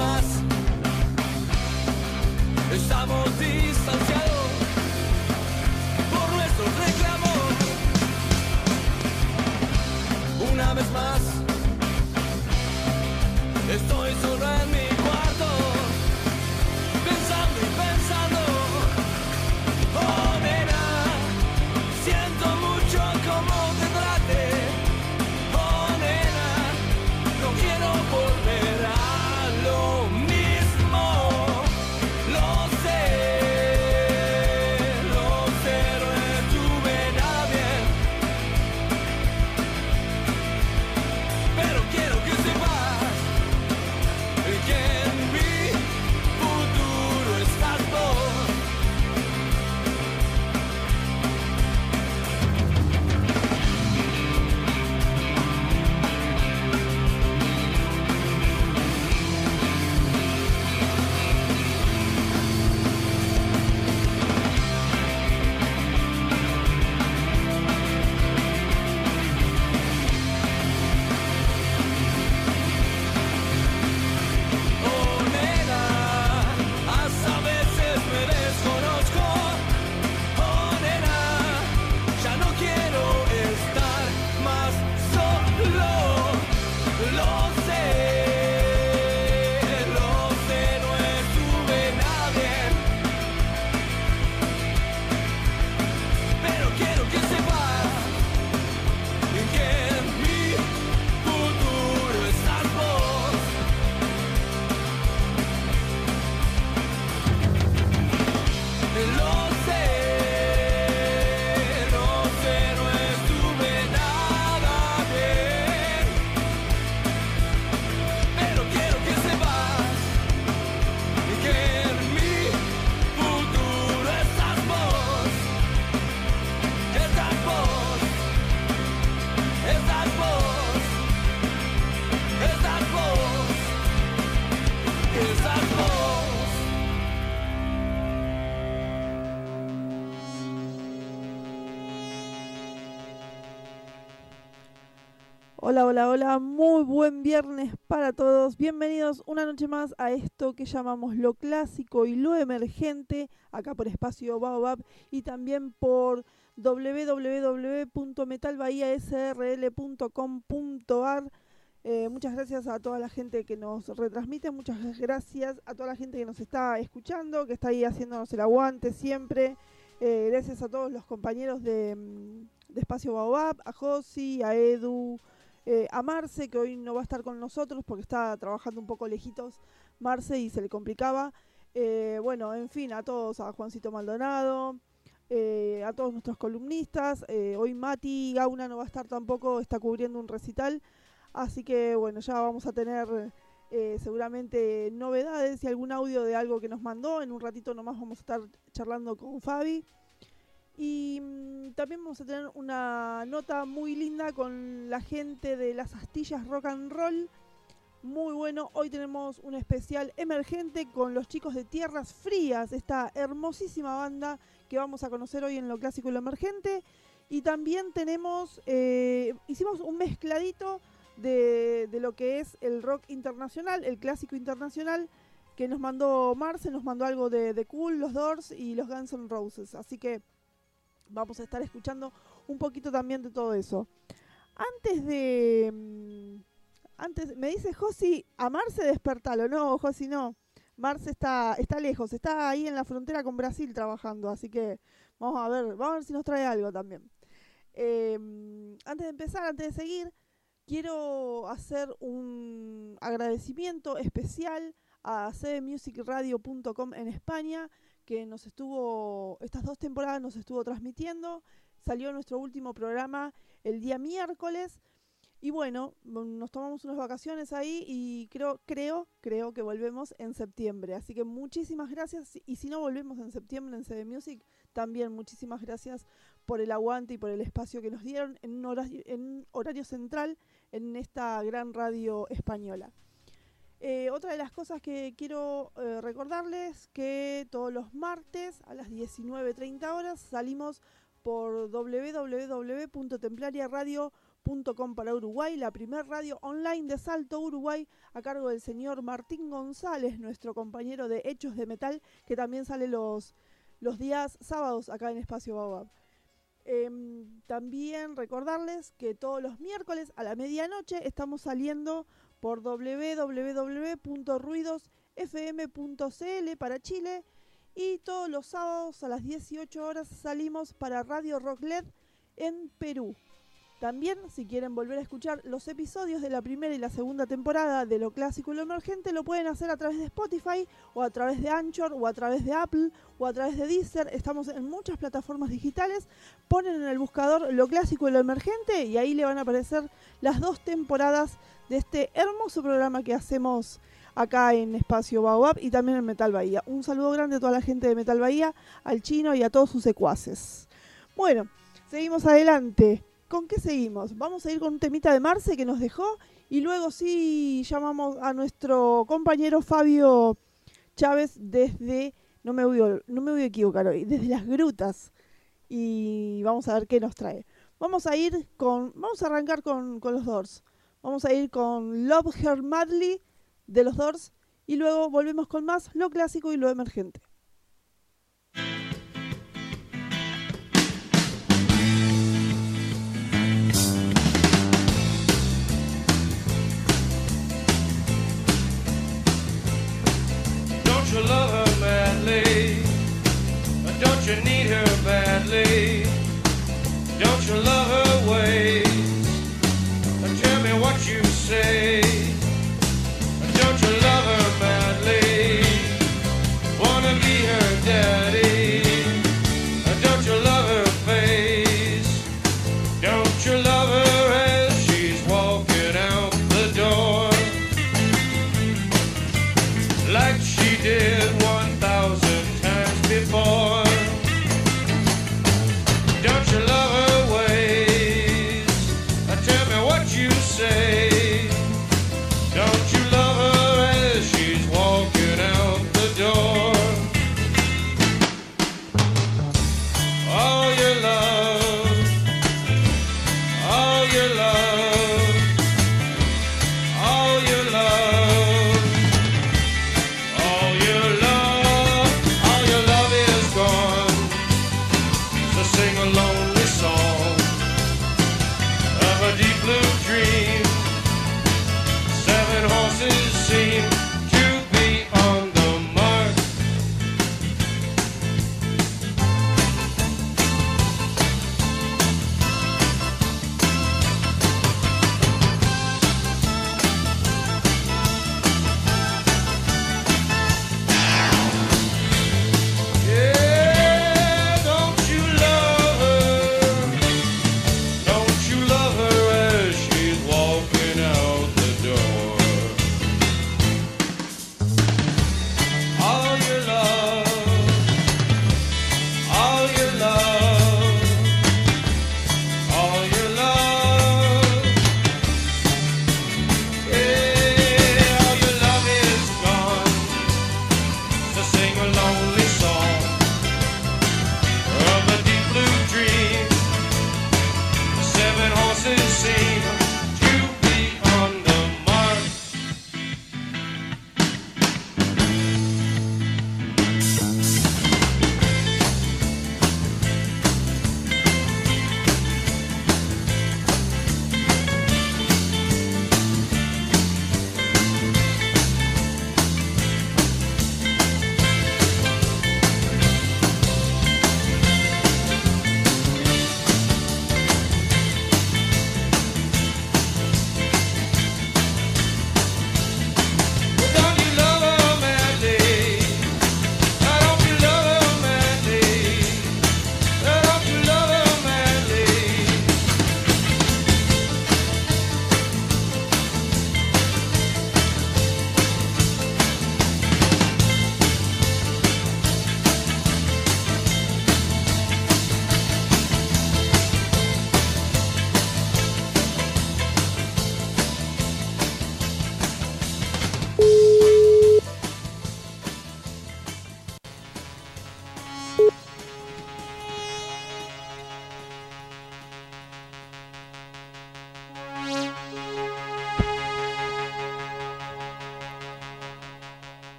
más estamos distanciados por nuestros reclamos. Una vez más estoy solo en mi cuarto, pensando y pensando. Oh nena, siento mucho como te trate. Oh nena, no quiero volver a lo mismo. Lo sé, no estuve nada bien, pero quiero que sepas que en mi futuro estás vos. Oh nena, hasta veces me desconozco. Oh nena, ya no quiero estar más solo. Lo sé, no estuve nada bien, pero quiero que sepas que en mi futuro estás vos. Lo sé, no estuve nada bien, pero quiero que sepas que en mi futuro estás vos. Estás vos, estás vos, estás vos, estás vos. Hola, hola, hola, muy buen viernes para todos. Bienvenidos una noche más a esto que llamamos lo clásico y lo emergente, acá por Espacio Baobab y también por www.metalbahiasrl.com.ar. Muchas gracias a toda la gente que nos retransmite, muchas gracias a toda la gente que nos está escuchando, que está ahí haciéndonos el aguante siempre. Gracias a todos los compañeros de Espacio Baobab, a Josi, a Edu, a Marce, que hoy no va a estar con nosotros porque está trabajando un poco lejitos Marce y se le complicaba. Bueno, en fin, a todos, a Juancito Maldonado, a todos nuestros columnistas. Hoy Mati Gauna no va a estar tampoco, está cubriendo un recital. Así que bueno, ya vamos a tener seguramente novedades y algún audio de algo que nos mandó. En un ratito nomás vamos a estar charlando con Fabi. Y también vamos a tener una nota muy linda con la gente de las Astillas Rock and Roll. Muy bueno, hoy tenemos un especial emergente con los chicos de Tierras Frías, esta hermosísima banda que vamos a conocer hoy en lo clásico y lo emergente. Y también tenemos, hicimos un mezcladito de lo que es el rock internacional, el clásico internacional, que nos mandó Marce, nos mandó algo de The Cool, los Doors y los Guns N' Roses. Así que vamos a estar escuchando un poquito también de todo eso. Antes me dice Josi, a Marce despertalo. No, Josi, no. Marce está lejos, está ahí en la frontera con Brasil trabajando, así que vamos a ver si nos trae algo también. Antes de empezar, antes de seguir, quiero hacer un agradecimiento especial a cdmusicradio.com en España, que nos estuvo, estas 2 temporadas nos estuvo transmitiendo. Salió nuestro último programa el día miércoles. Y bueno, nos tomamos unas vacaciones ahí y creo que volvemos en septiembre. Así que muchísimas gracias. Y si no volvemos en septiembre en CD Music, también muchísimas gracias por el aguante y por el espacio que nos dieron en horario central en esta gran radio española. Otra de las cosas que quiero recordarles, que todos los martes a las 19:30 horas salimos por www.templariaradio.com radio.com para Uruguay, la primer radio online de Salto, Uruguay, a cargo del señor Martín González, nuestro compañero de Hechos de Metal, que también sale los días sábados acá en Espacio Baobab. También recordarles que todos los miércoles a la medianoche estamos saliendo por www.ruidosfm.cl para Chile, y todos los sábados a las 18 horas salimos para Radio Rock LED en Perú. También, si quieren volver a escuchar los episodios de la primera y la segunda temporada de Lo Clásico y Lo Emergente, lo pueden hacer a través de Spotify, o a través de Anchor, o a través de Apple, o a través de Deezer. Estamos en muchas plataformas digitales. Ponen en el buscador Lo Clásico y Lo Emergente y ahí le van a aparecer las 2 temporadas de este hermoso programa que hacemos acá en Espacio Baobab y también en Metal Bahía. Un saludo grande a toda la gente de Metal Bahía, al Chino y a todos sus secuaces. Bueno, seguimos adelante. ¿Con qué seguimos? Vamos a ir con un temita de Marce que nos dejó y luego sí llamamos a nuestro compañero Fabio Chávez desde, no me voy a equivocar hoy, desde las grutas, y vamos a ver qué nos trae. Vamos a arrancar con los Doors. Vamos a ir con Love Her Madly de los Doors y luego volvemos con más Lo Clásico y Lo Emergente. Don't you love her madly? Don't you need her badly? Don't you love her ways? Tell me what you say. Don't you love her madly? Wanna be her daddy? Don't you love her face? Don't you love her as she's walking out the door? Like she did 1,000 times before. Don't you love her ways? Tell me what you say. Don't you love her as she's walking out the door? All your love, all your love, all your love, all your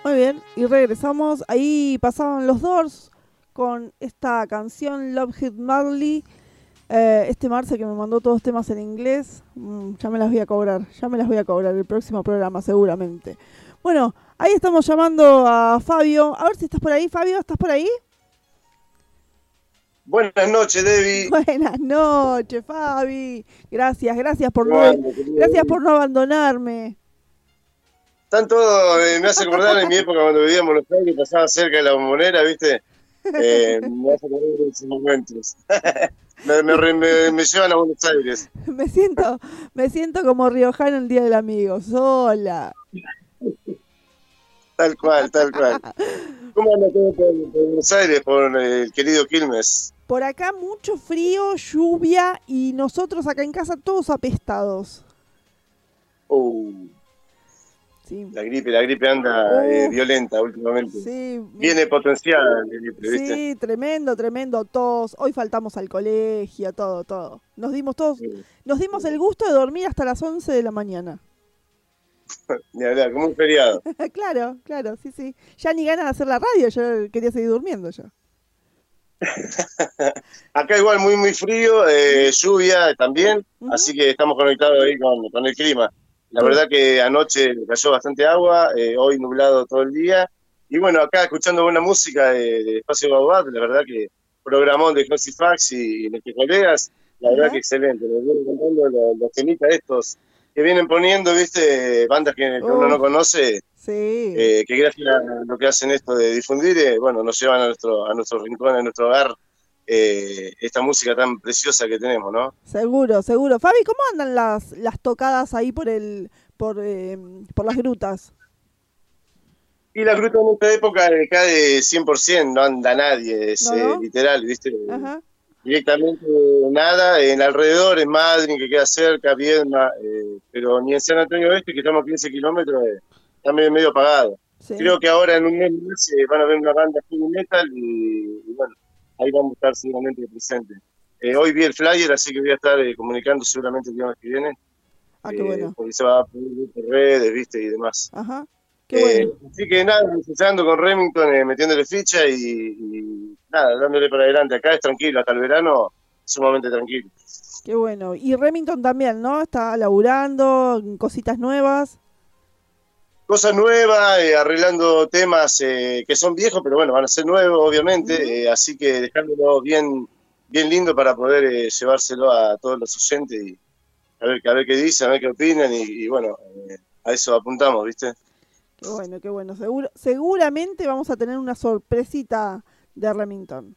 Muy bien, y regresamos. Ahí pasaban los Doors con esta canción Love Hit Madly. Marce que me mandó todos temas en inglés, ya me las voy a cobrar el próximo programa seguramente. Bueno, ahí estamos llamando a Fabio. A ver si estás por ahí, Fabio, ¿estás por ahí? Buenas noches, Debbie. Buenas noches, Fabi. Gracias por no abandonarme. Tanto me hace acordar de mi época cuando vivía en Buenos Aires, pasaba cerca de la Bombonera, ¿viste? Me hace acordar de esos momentos. me llevan a Buenos Aires. Me siento como riojano el Día del Amigo, sola. Tal cual. ¿Cómo anda todo por Buenos Aires, por el querido Quilmes? Por acá mucho frío, lluvia y nosotros acá en casa todos apestados. Sí. La gripe anda violenta últimamente. Sí, viene potenciada la gripe, ¿viste? Sí, tremendo, todos. Hoy faltamos al colegio, todo. Nos dimos el gusto de dormir hasta las 11 de la mañana. Ni hablar, como un feriado. Claro, sí. Ya ni ganas de hacer la radio, yo quería seguir durmiendo ya. Acá igual muy frío, lluvia también, así que estamos conectados ahí con el clima. La verdad que anoche cayó bastante agua, hoy nublado todo el día. Y bueno, acá escuchando buena música de Espacio Baobab, la verdad que programón de Josy Fax y nuestros colegas, la verdad que excelente. Nos vienen contando los temitas estos que vienen poniendo, viste, bandas que uno no conoce, sí. Que gracias a lo que hacen esto de difundir, bueno, nos llevan a nuestro rincón, a nuestro hogar, esta música tan preciosa que tenemos, ¿no? Seguro. Fabi, ¿cómo andan las tocadas ahí por las grutas? Y la gruta en esta época cae 100%, no anda nadie, es literal, ¿viste? Ajá. Directamente nada, en alrededor, en Madrid, que queda cerca, Viedma, pero ni en San Antonio Oeste, que estamos a 15 kilómetros, está medio apagado. Sí. Creo que ahora en un mes más van a ver una banda heavy metal y bueno, ahí vamos a estar seguramente presentes. Hoy vi el flyer, así que voy a estar comunicando seguramente el día que viene. Qué bueno. Porque se va a poner por redes, ¿viste? Y demás. Ajá. Qué bueno. Así que nada, empezando con Remington, metiéndole ficha y nada, dándole para adelante. Acá es tranquilo, hasta el verano, sumamente tranquilo. Qué bueno. Y Remington también, ¿no? Está laburando, cositas nuevas. Cosas nuevas, arreglando temas que son viejos, pero bueno, van a ser nuevos, obviamente. Así que dejándolo bien lindo para poder llevárselo a todos los oyentes y a ver qué dicen, a ver qué opinan y bueno, a eso apuntamos, ¿viste? Qué bueno. Seguramente vamos a tener una sorpresita de Remington.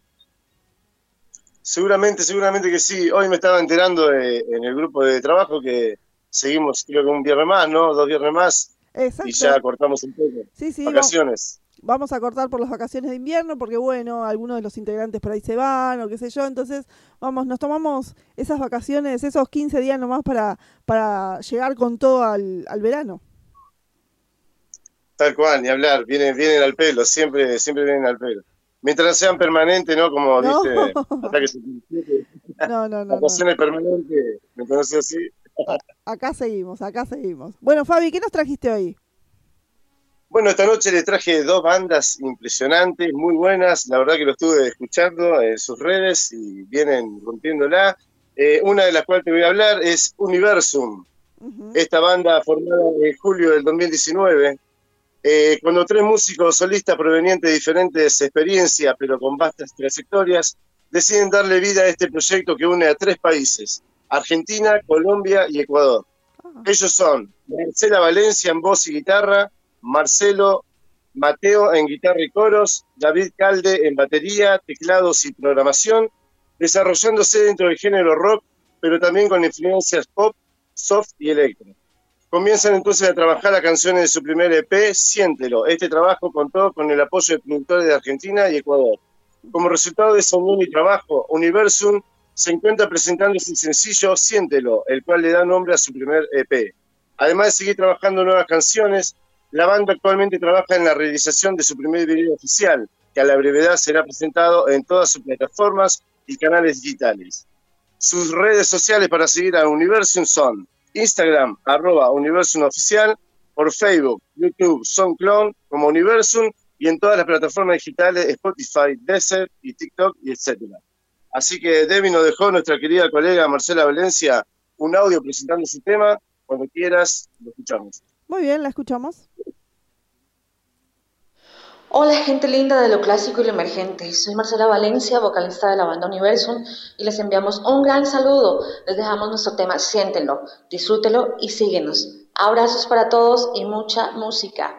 Seguramente que sí. Hoy me estaba enterando en el grupo de trabajo que seguimos, creo que un viernes más, ¿no? 2 viernes más. Exacto. Y ya cortamos un poco. Sí. Vacaciones. Vamos a cortar por las vacaciones de invierno porque, bueno, algunos de los integrantes por ahí se van o qué sé yo. Entonces, nos tomamos esas vacaciones, esos 15 días nomás para llegar con todo al verano. Tal cual, ni hablar, vienen al pelo, siempre vienen al pelo. Mientras no sean permanentes, ¿no? Como viste, hasta que se No. Vacaciones permanentes, ¿me conoces así? Acá seguimos. Bueno, Fabi, ¿qué nos trajiste hoy? Bueno, esta noche les traje 2 bandas impresionantes, muy buenas. La verdad que lo estuve escuchando en sus redes y vienen rompiéndola. Una de las cuales te voy a hablar es Universum. Esta banda formada en julio del 2019. Cuando 3 músicos solistas provenientes de diferentes experiencias, pero con vastas trayectorias, deciden darle vida a este proyecto que une a 3 países, Argentina, Colombia y Ecuador. Ellos son Marcela Valencia en voz y guitarra, Marcelo Mateo en guitarra y coros, David Calde en batería, teclados y programación, desarrollándose dentro del género rock, pero también con influencias pop, soft y electro. Comienzan entonces a trabajar las canciones de su primer EP, Siéntelo. Este trabajo contó con el apoyo de productores de Argentina y Ecuador. Como resultado de esa unión y trabajo, Universum se encuentra presentando su sencillo Siéntelo, el cual le da nombre a su primer EP. Además de seguir trabajando nuevas canciones, la banda actualmente trabaja en la realización de su primer video oficial, que a la brevedad será presentado en todas sus plataformas y canales digitales. Sus redes sociales para seguir a Universum son Instagram, @UniversumOficial, por Facebook, YouTube, SoundCloud como Universum y en todas las plataformas digitales, Spotify, Deezer y TikTok y etcétera. Así que Debbie nos dejó nuestra querida colega Marcela Valencia un audio presentando su tema. Cuando quieras, lo escuchamos. Muy bien, la escuchamos. Hola gente linda de lo clásico y lo emergente, soy Marcela Valencia, vocalista de la banda Universum y les enviamos un gran saludo, les dejamos nuestro tema Siéntelo, disfrútelo y síguenos. Abrazos para todos y mucha música.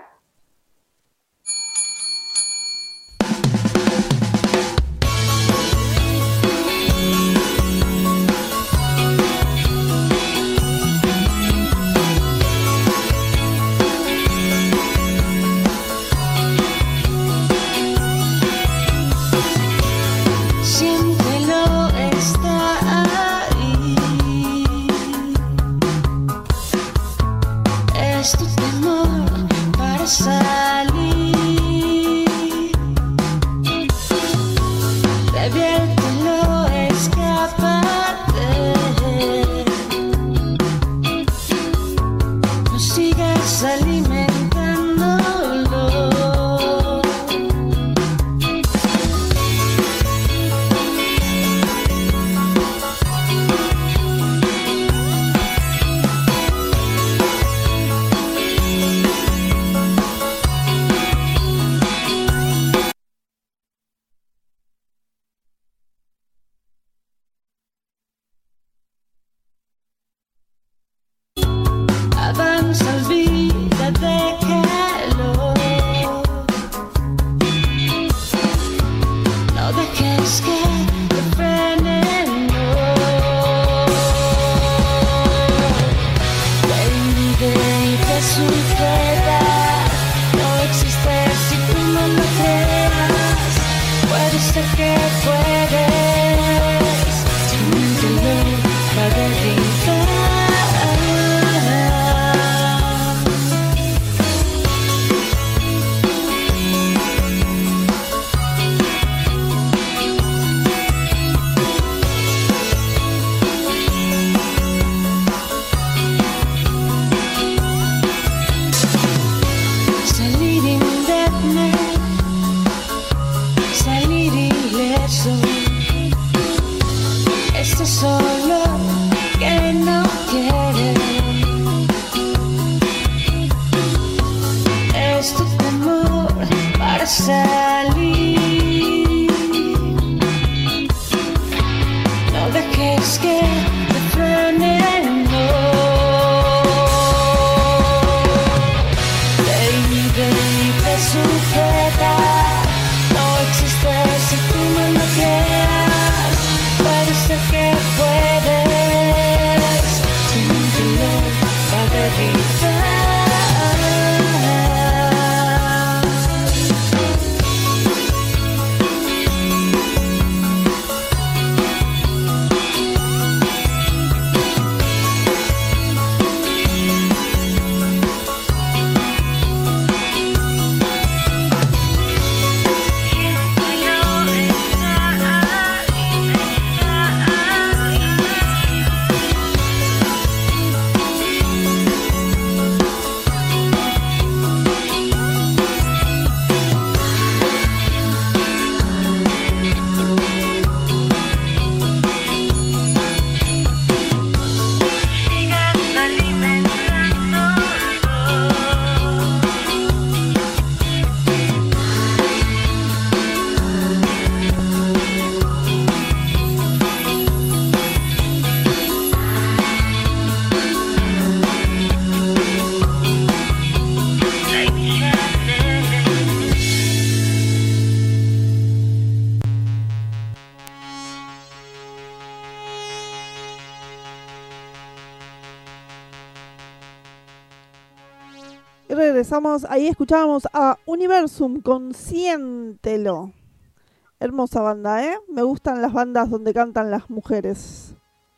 Regresamos, ahí escuchábamos a Universum con Siéntelo. Hermosa banda, ¿eh? Me gustan las bandas donde cantan las mujeres.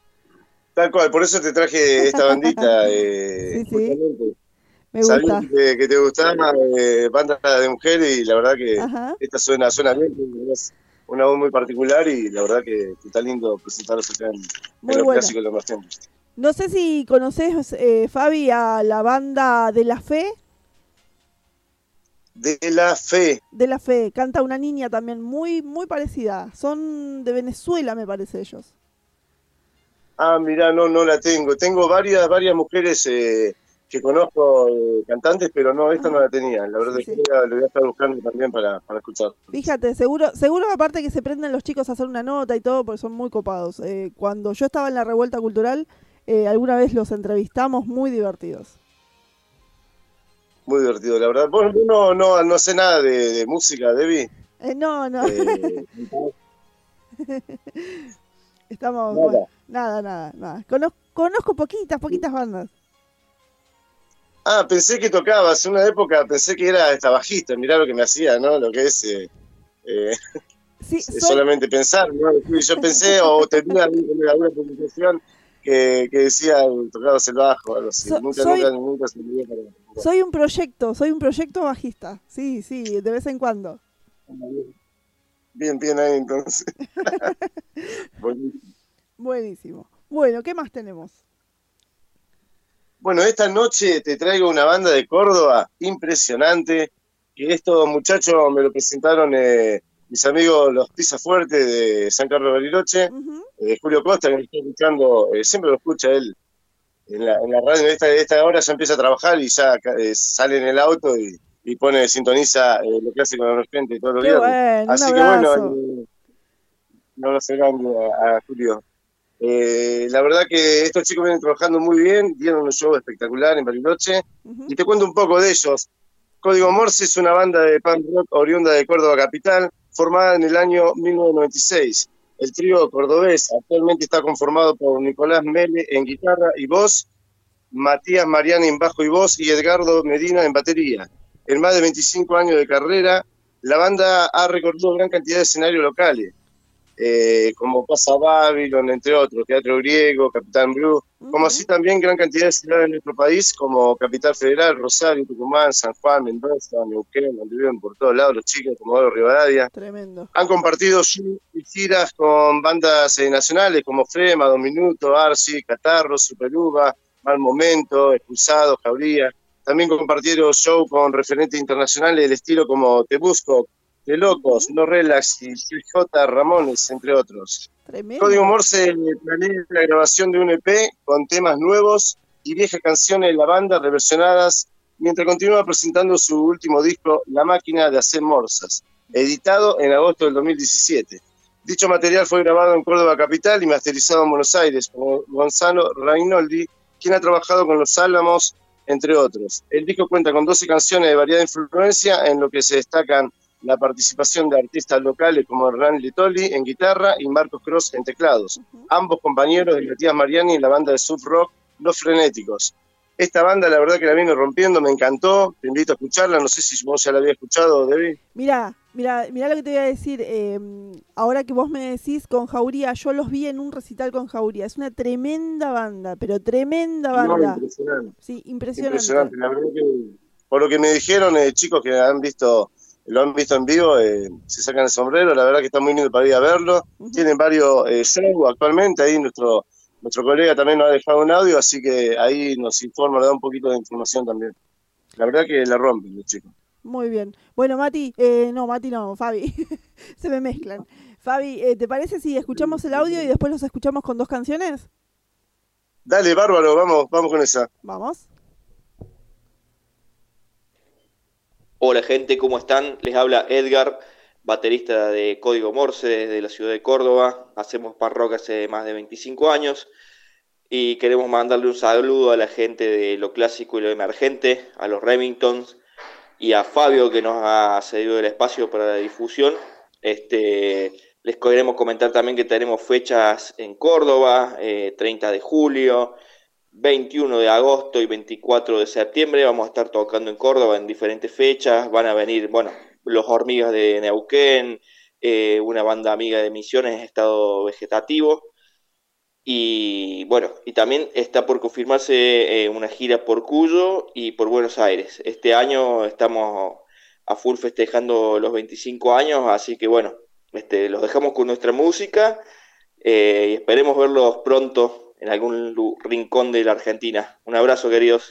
Tal cual, por eso te traje esta bandita. Sí. Me gusta. Sabía que te gustaba bandas de mujeres y la verdad que esta suena bien, es una voz muy particular y la verdad que está lindo presentarlos acá en lo clásico y lo emergente. No sé si conoces, Fabi, a la banda De La Fe. De la Fe. De La Fe, canta una niña también muy, muy parecida. Son de Venezuela, me parece ellos. Ah, mirá, no la tengo. Tengo varias mujeres que conozco, cantantes, pero no, esta no Ah, la tenía. La verdad sí, es que sí. lo voy a estar buscando también para escuchar. Fíjate, seguro aparte que se prenden los chicos a hacer una nota y todo, porque son muy copados. Cuando yo estaba en la Revuelta Cultural, alguna vez los entrevistamos, muy divertidos. Muy divertido, la verdad. Vos no sé nada de música, Debbie. No, no, Eh, estamos, bueno, nada. nada. Conozco poquitas bandas. Ah, pensé que tocabas. En una época pensé que era esta bajista. Mirá lo que me hacía, ¿no? Lo que es eh, Sí, soy, solamente pensar, ¿no? Yo pensé o tenía alguna publicación que decía tocabas el bajo o algo así. so- Nunca, soy, nunca, nunca se me dio para. soy un proyecto bajista. Sí, sí, de vez en cuando. Bien, bien ahí entonces. Buenísimo. Buenísimo. Bueno, ¿qué más tenemos? Bueno, esta noche te traigo una banda de Córdoba impresionante, que estos muchachos me lo presentaron mis amigos los Pisa Fuerte de San Carlos de Bariloche, Ujú. Julio Costa, que me está escuchando, siempre lo escucha él en la radio, esta hora ya empieza a trabajar y ya sale en el auto y sintoniza lo que hace con la gente todos los Qué viernes. bueno, un Así que bueno, abrazo. no lo sé grande a Julio. La verdad que estos chicos vienen trabajando muy bien, dieron un show espectacular en Bariloche. Ujú, Y te cuento un poco de ellos. Código Morse es una banda de punk rock oriunda de Córdoba capital, formada en el año 1996. El trío cordobés actualmente está conformado por Nicolás Mele en guitarra y voz, Matías Mariani en bajo y voz y Edgardo Medina en batería. En más de 25 años de carrera, la banda ha recorrido gran cantidad de escenarios locales, como Casa Babylon, entre otros, Teatro Griego, Capitán Blue, como ujú. así también gran cantidad de ciudades en nuestro país, como Capital Federal, Rosario, Tucumán, San Juan, Mendoza, Neuquén, donde viven por todos lados los chicos, como Rivadavia. Tremendo. Han compartido giras con bandas nacionales como Flema, Dos Minutos, Arsi, Catarro, Superuva, Mal Momento, Expulsados, Jauría. También compartieron show con referentes internacionales del estilo como Te Busco, De Locos, Ujú. No Relax y J. Ramones, entre otros. Código Tremendo. Morse planea la grabación de un EP con temas nuevos y viejas canciones de la banda reversionadas mientras continúa presentando su último disco, La Máquina de Hacer Morsas, editado en agosto del 2017. Dicho material fue grabado en Córdoba capital y masterizado en Buenos Aires por Gonzalo Rainoldi, quien ha trabajado con Los Álamos, entre otros. El disco cuenta con 12 canciones de variada influencia, en lo que se destacan la participación de artistas locales como Hernán Litoli en guitarra y Marcos Cross en teclados, Ujú. ambos compañeros de Matías Mariani en la banda de surf rock Los Frenéticos. Esta banda la verdad que la viene rompiendo, me encantó, te invito a escucharla, no sé si vos ya la habías escuchado, Debbie. Mirá lo que te voy a decir. Ahora que vos me decís con Jauría, yo los vi en un recital con Jauría. Es una tremenda banda, pero tremenda No, banda. impresionante, Sí, impresionante. impresionante, la verdad que por lo que me dijeron chicos que lo han visto en vivo, se sacan el sombrero, la verdad que está muy lindo para ir a verlo. Ujú. Tienen varios shows actualmente, ahí nuestro colega también nos ha dejado un audio, así que ahí nos informa, le da un poquito de información también. La verdad que la rompen los chicos. Muy bien. Bueno, Mati no, Fabi. Se me mezclan. Fabi, ¿te parece si escuchamos el audio y después los escuchamos con dos canciones? Dale, bárbaro, vamos con esa. Vamos. Hola gente, ¿cómo están? Les habla Edgar, baterista de Código Morse desde la ciudad de Córdoba. Hacemos punk rock hace más de 25 años y queremos mandarle un saludo a la gente de lo clásico y lo emergente, a los Remingtons y a Fabio que nos ha cedido el espacio para la difusión. Les queremos comentar también que tenemos fechas en Córdoba, 30 de julio, 21 de agosto y 24 de septiembre. Vamos a estar tocando en Córdoba en diferentes fechas. Van a venir, bueno, los Hormigas de Neuquén, una banda amiga de Misiones, Estado Vegetativo. Y bueno, y también está por confirmarse una gira por Cuyo y por Buenos Aires. Este año estamos a full festejando los 25 años, así que bueno, los dejamos con nuestra música y esperemos verlos pronto en algún rincón de la Argentina. Un abrazo, queridos.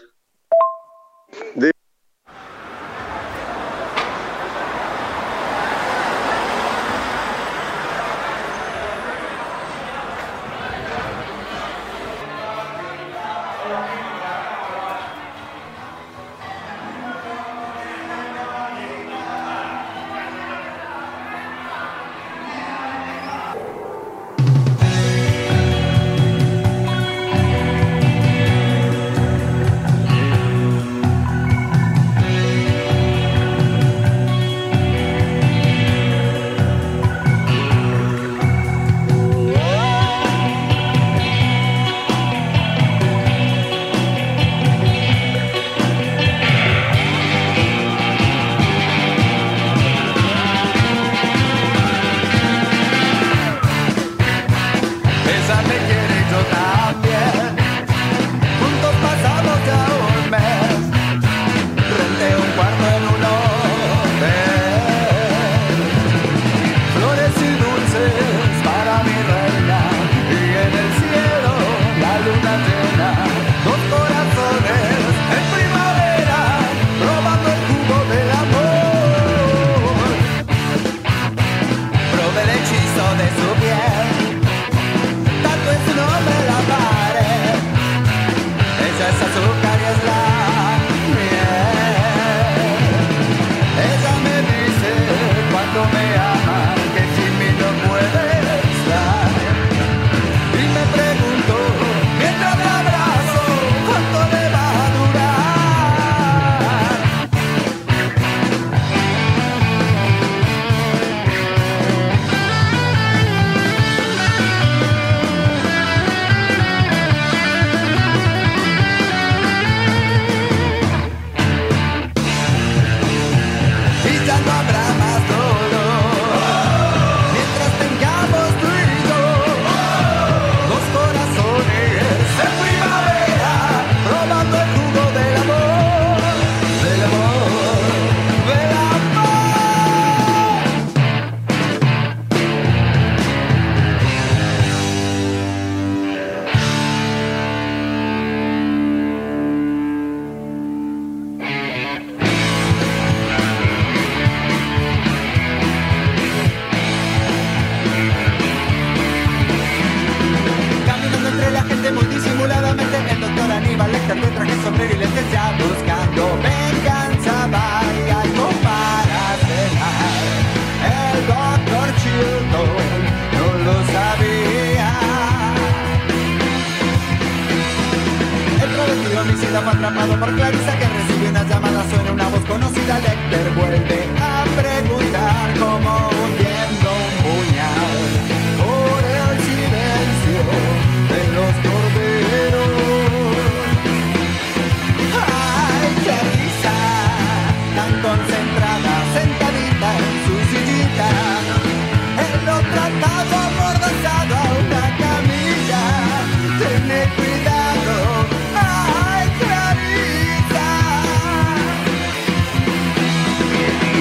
Cuidado, ay, Clarisa.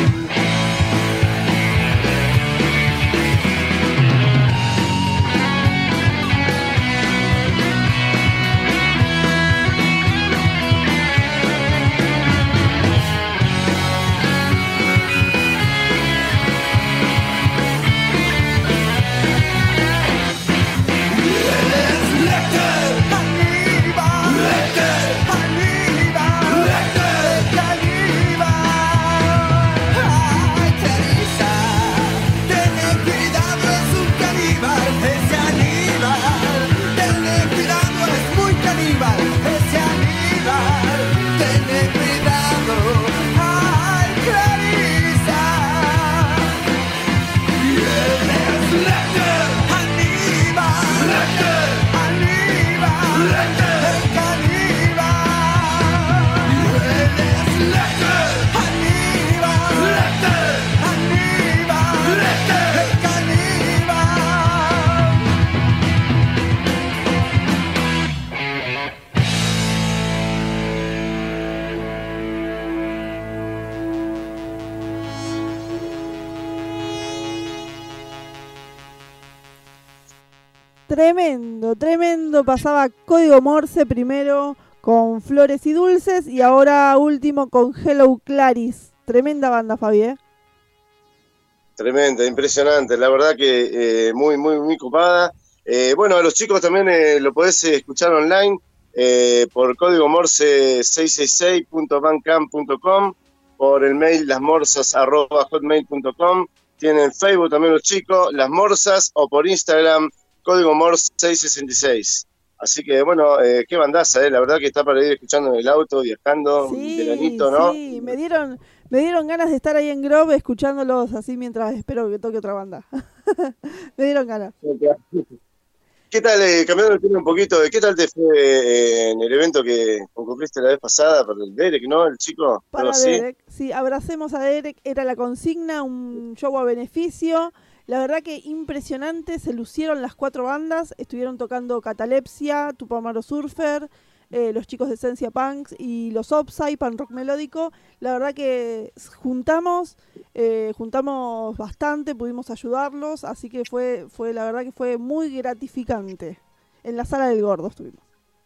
Tremendo. Pasaba Código Morse primero con Flores y Dulces y ahora último con Hello Claris. Tremenda banda, Fabi, ¿eh? Tremenda, impresionante. La verdad que muy copada. Bueno, a los chicos también lo podés escuchar online por Código Morse 666.bandcamp.com, por el mail lasmorsas@hotmail.com. Tienen Facebook también los chicos, Las Morsas, o por Instagram, Código Morse 666. Así que, bueno, qué bandaza, la verdad que está para ir escuchando en el auto, viajando, sí, veranito, ¿no? Sí, me dieron ganas de estar ahí en Grove escuchándolos así mientras espero que toque otra banda. Me dieron ganas. ¿Qué tal, cambiando el tema un poquito, qué tal te fue en el evento que concurriste la vez pasada para el Derek, ¿no? El chico. Para Derek, sí, abracemos a Derek, era la consigna, un show a beneficio. La verdad que impresionante, se lucieron las 4 bandas, estuvieron tocando Catalepsia, Tupamaro Surfer, los chicos de Esencia Punks y los Opsai, Pan Rock Melódico. La verdad que juntamos bastante, pudimos ayudarlos, así que fue la verdad que fue muy gratificante. En la Sala del Gordo estuvimos.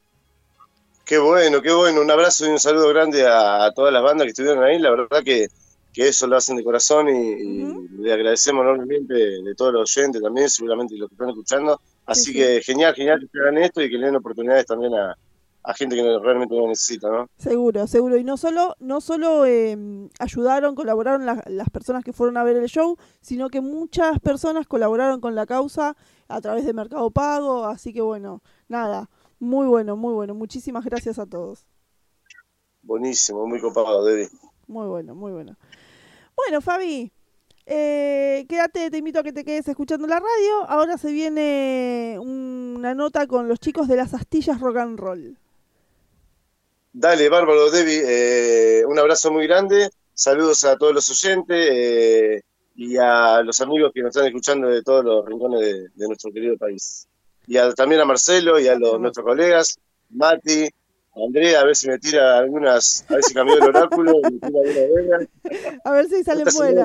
Qué bueno, un abrazo y un saludo grande a todas las bandas que estuvieron ahí, la verdad que eso lo hacen de corazón y le agradecemos enormemente de todos los oyentes también, seguramente los que están escuchando, así que genial que hagan esto y que le den oportunidades también a gente que realmente lo necesita, ¿no? Seguro, y no solo ayudaron, colaboraron las personas que fueron a ver el show, sino que muchas personas colaboraron con la causa a través de Mercado Pago, así que bueno, nada, muy bueno, muchísimas gracias a todos. Buenísimo, muy copado, Debbie. Muy bueno. Bueno, Fabi, quédate, te invito a que te quedes escuchando la radio. Ahora se viene una nota con los chicos de las Astillas Rock and Roll. Dale, bárbaro, Debbie. Un abrazo muy grande. Saludos a todos los oyentes y a los amigos que nos están escuchando de todos los rincones de nuestro querido país. Y también a Marcelo y a nuestros colegas, Mati, Andrea, a ver si me tira algunas, a ver si cambió el oráculo, me tira alguna vega. A ver si salen buenas.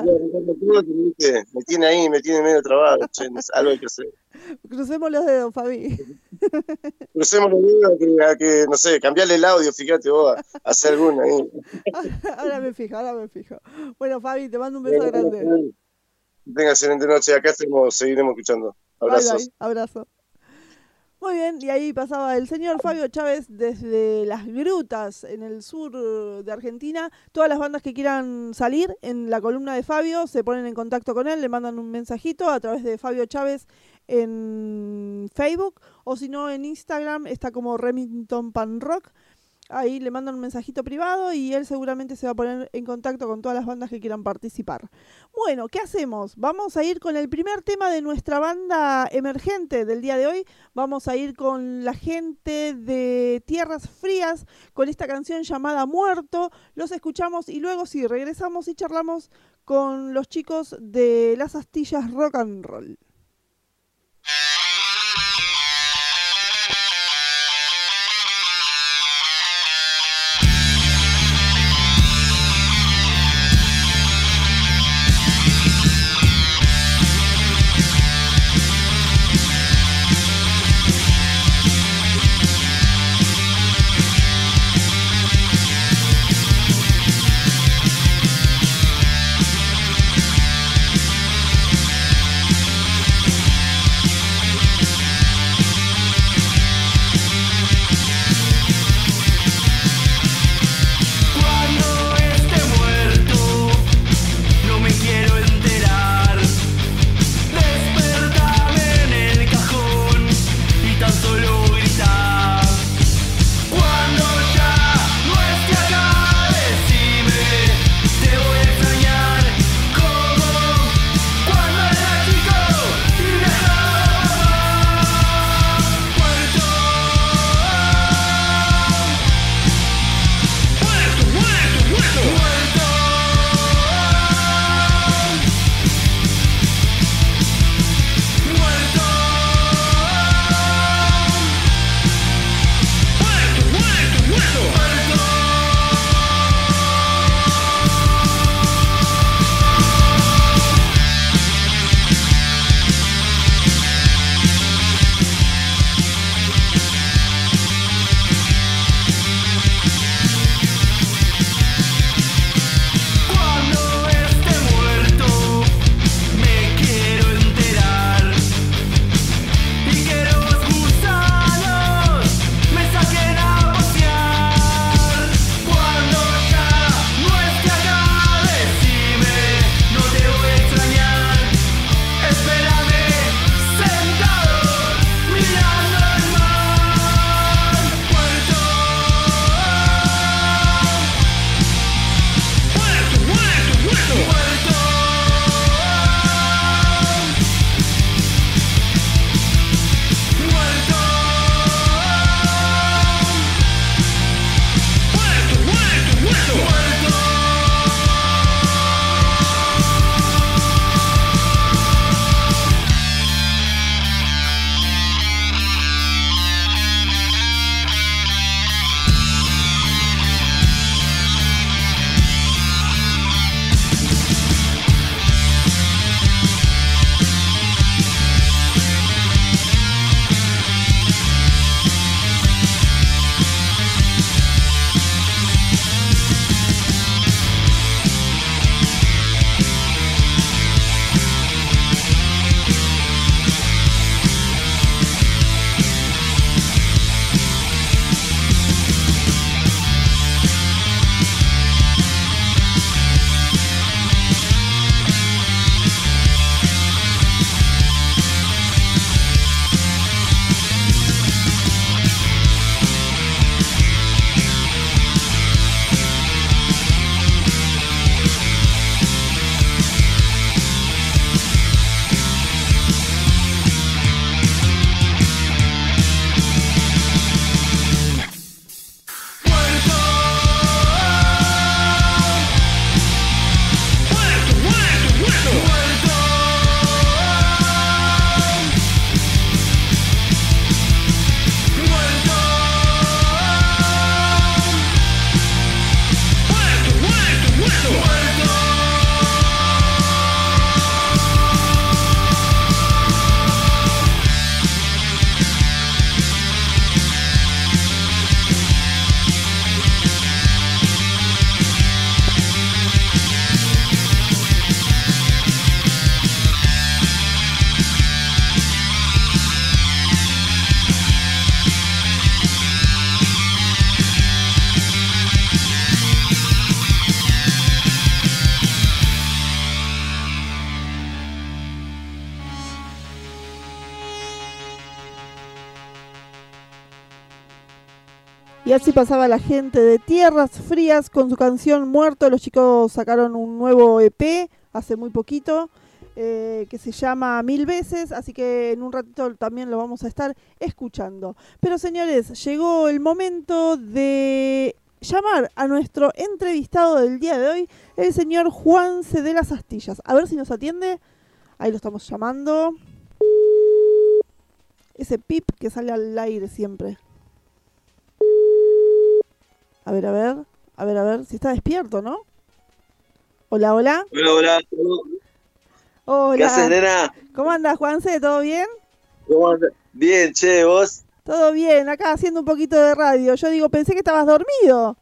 Me tiene medio trabado, algo hay que hacer. Crucemos los dedos, Fabi. Crucemos los dedos, que no sé, cambiarle el audio, fíjate vos, hacer alguna ahí. Ahora me fijo. Bueno, Fabi, te mando un beso grande. Tenga excelente noche, acá seguiremos escuchando. Abrazos. Bye, abrazo. Muy bien, y ahí pasaba el señor Fabio Chávez desde Las Grutas, en el sur de Argentina. Todas las bandas que quieran salir en la columna de Fabio se ponen en contacto con él, le mandan un mensajito a través de Fabio Chávez en Facebook, o si no en Instagram está como Remington Pan Rock. Ahí le mandan un mensajito privado y él seguramente se va a poner en contacto con todas las bandas que quieran participar. Bueno, ¿qué hacemos? Vamos a ir con el primer tema de nuestra banda emergente del día de hoy. Vamos a ir con la gente de Tierras Frías con esta canción llamada Muerto. Los escuchamos y luego sí, regresamos y charlamos con los chicos de las Astillas Rock and Roll. Y así pasaba la gente de Tierras Frías con su canción Muerto. Los chicos sacaron un nuevo EP hace muy poquito que se llama Mil Veces, así que en un ratito también lo vamos a estar escuchando. Pero señores, llegó el momento de llamar a nuestro entrevistado del día de hoy, el señor Juanse de las Astillas. A ver si nos atiende. Ahí lo estamos llamando. Ese pip que sale al aire siempre. A ver, si está despierto, ¿no? Hola. Hola. Hola. ¿Qué haces, nena? ¿Cómo andas, Juanse? ¿Todo bien? ¿Cómo andas? Bien, che, ¿vos? Todo bien, acá haciendo un poquito de radio. Yo digo, pensé que estabas dormido.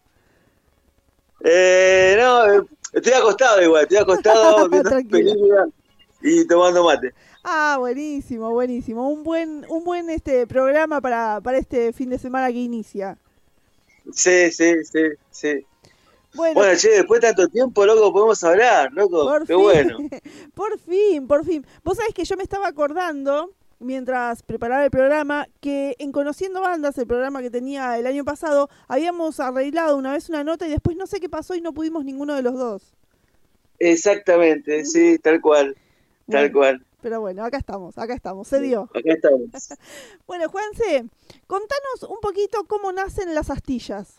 No, estoy acostado viendo películas y tomando mate. Ah, buenísimo. Un buen programa para este fin de semana que inicia. Sí. Bueno, che, después de tanto tiempo, loco, podemos hablar, loco. Qué bueno. Por fin. Vos sabés que yo me estaba acordando, mientras preparaba el programa, que en Conociendo Bandas, el programa que tenía el año pasado, habíamos arreglado una vez una nota y después no sé qué pasó y no pudimos ninguno de los dos. Exactamente, sí, tal cual. Pero bueno, acá estamos, se dio. Acá estamos. Bueno, Juanse, contanos un poquito cómo nacen las astillas.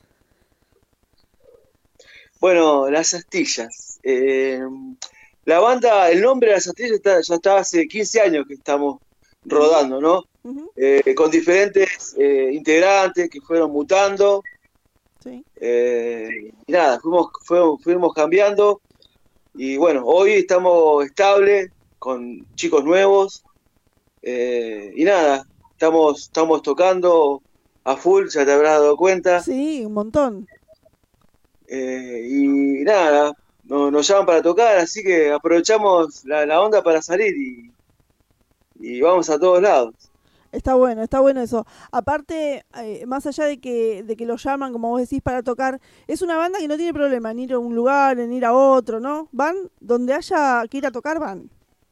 Bueno, las Astillas. La banda, el nombre de las Astillas ya está hace 15 años que estamos rodando, ¿no? Uh-huh. Con diferentes integrantes que fueron mutando. Sí. Y nada, fuimos cambiando. Y bueno, hoy estamos estables, con chicos nuevos. Y nada, estamos tocando a full, ya te habrás dado cuenta. Sí, un montón. Y nada, nos llaman para tocar, así que aprovechamos la onda para salir y vamos a todos lados. Está bueno eso. Aparte, más allá de que lo llaman, como vos decís, para tocar, es una banda que no tiene problema en ir a un lugar, en ir a otro, ¿no? Van donde haya que ir a tocar, van.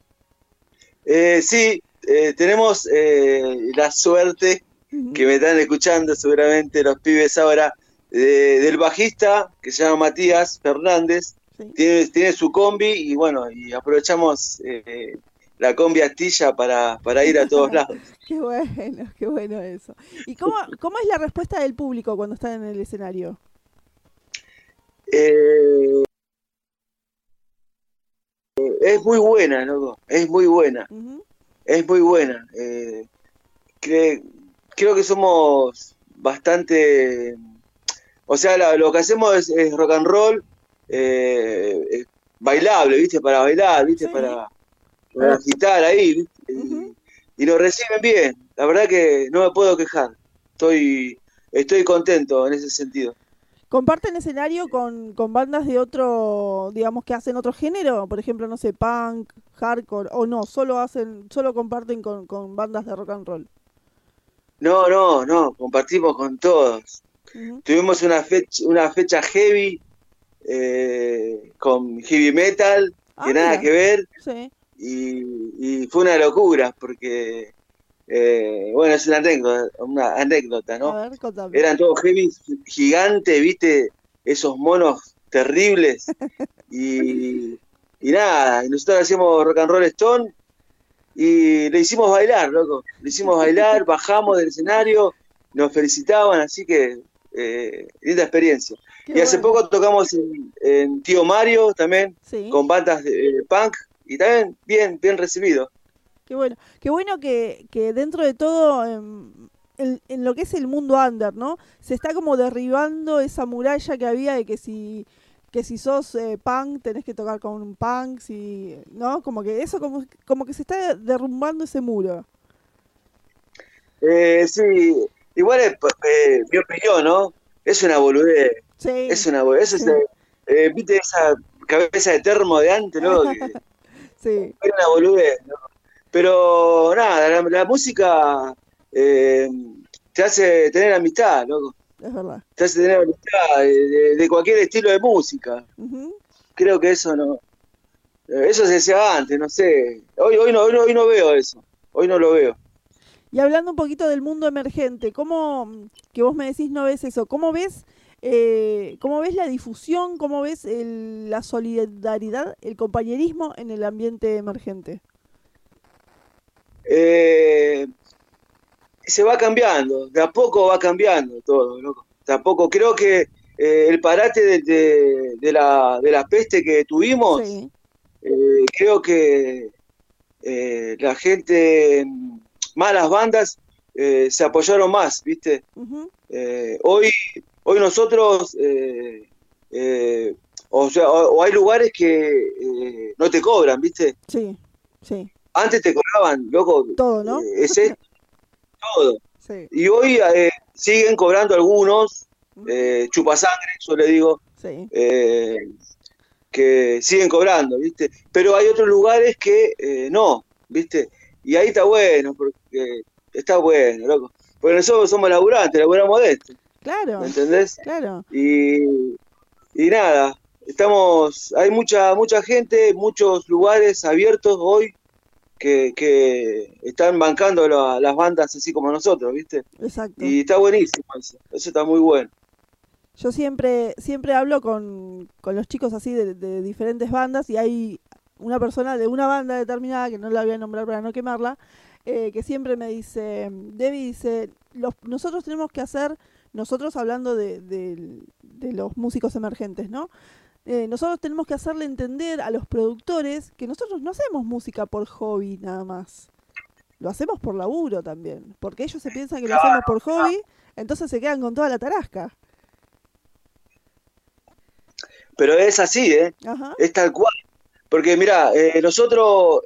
Sí, tenemos la suerte que me están escuchando seguramente los pibes ahora, del bajista que se llama Matías Fernández. Sí. Tiene su combi y bueno, y aprovechamos la combi Astilla para ir a todos lados. Qué bueno eso. ¿Y cómo es la respuesta del público cuando están en el escenario? Es muy buena, loco, es muy buena. Uh-huh. Es muy buena. Creo que somos bastante... O sea, lo que hacemos es rock and roll, bailable, ¿viste? Para bailar, ¿viste? Sí. Para agitar ahí, ¿viste? Uh-huh. Y nos reciben bien. La verdad que no me puedo quejar. Estoy contento en ese sentido. ¿Comparten escenario con bandas de otro, digamos, que hacen otro género? Por ejemplo, no sé, punk, hardcore, o no, solo comparten con bandas de rock and roll. No, compartimos con todos. Uh-huh. Tuvimos una fecha heavy, con heavy metal, que nada que ver. Sí. Y fue una locura, porque, bueno, es una anécdota, ¿no? A ver, contame. Eran todos heavy gigantes, ¿viste? Esos monos terribles. y nada, nosotros hacíamos rock and roll stone y le hicimos bailar, loco. Bajamos del escenario, nos felicitaban, así que linda experiencia. Qué y hace poco tocamos en Tío Mario también, sí, con bandas de punk, y también bien recibido. Qué bueno que dentro de todo, en lo que es el mundo under, ¿no? Se está como derribando esa muralla que había de que si sos punk tenés que tocar con un punk, ¿no? Como que eso como que se está derrumbando ese muro. Sí, igual es mi opinión, ¿no? Es una boludez. Sí. Es una boludez. Sí. ¿Viste esa cabeza de termo de antes, no? Sí. Era una boludez, ¿no? Pero nada, la música te hace tener amistad, loco. Es verdad. Te hace tener amistad de cualquier estilo de música. Uh-huh. Creo que eso no... Eso se decía antes, no sé. Hoy no veo eso. Hoy no lo veo. Y hablando un poquito del mundo emergente, que vos me decís no ves eso, cómo ves la difusión, cómo ves la solidaridad, el compañerismo en el ambiente emergente? Se va cambiando, de a poco va cambiando todo, loco. De a poco, creo que el parate de la peste que tuvimos, Sí. creo que la gente, malas bandas, se apoyaron más, ¿viste? Ujú. Hoy nosotros, o sea, o hay lugares que no te cobran, ¿viste? Sí, sí. Antes te cobraban, loco, Todo, ¿no? es esto, todo. Sí, Y hoy siguen cobrando algunos, ujú, chupasangre, yo le digo, sí, eh, que siguen cobrando, ¿viste? Pero hay otros lugares que no, ¿viste? Y ahí está bueno, loco. Porque nosotros somos laburantes, laburamos de esto, claro, ¿me entendés? claro. Y nada, hay mucha gente, muchos lugares abiertos hoy que están bancando las bandas así como nosotros, ¿viste? Exacto. Y está buenísimo eso está muy bueno. Yo siempre hablo con los chicos así de diferentes bandas y hay una persona de una banda determinada, que no la voy a nombrar para no quemarla, que siempre me dice, Debbie dice, nosotros tenemos que hacer, nosotros hablando de los músicos emergentes, ¿no? Nosotros tenemos que hacerle entender a los productores que nosotros no hacemos música por hobby nada más. Lo hacemos por laburo también. Porque ellos se piensan que lo hacemos por hobby, entonces se quedan con toda la tarasca. Pero es así, Ajá. es tal cual. Porque mira, nosotros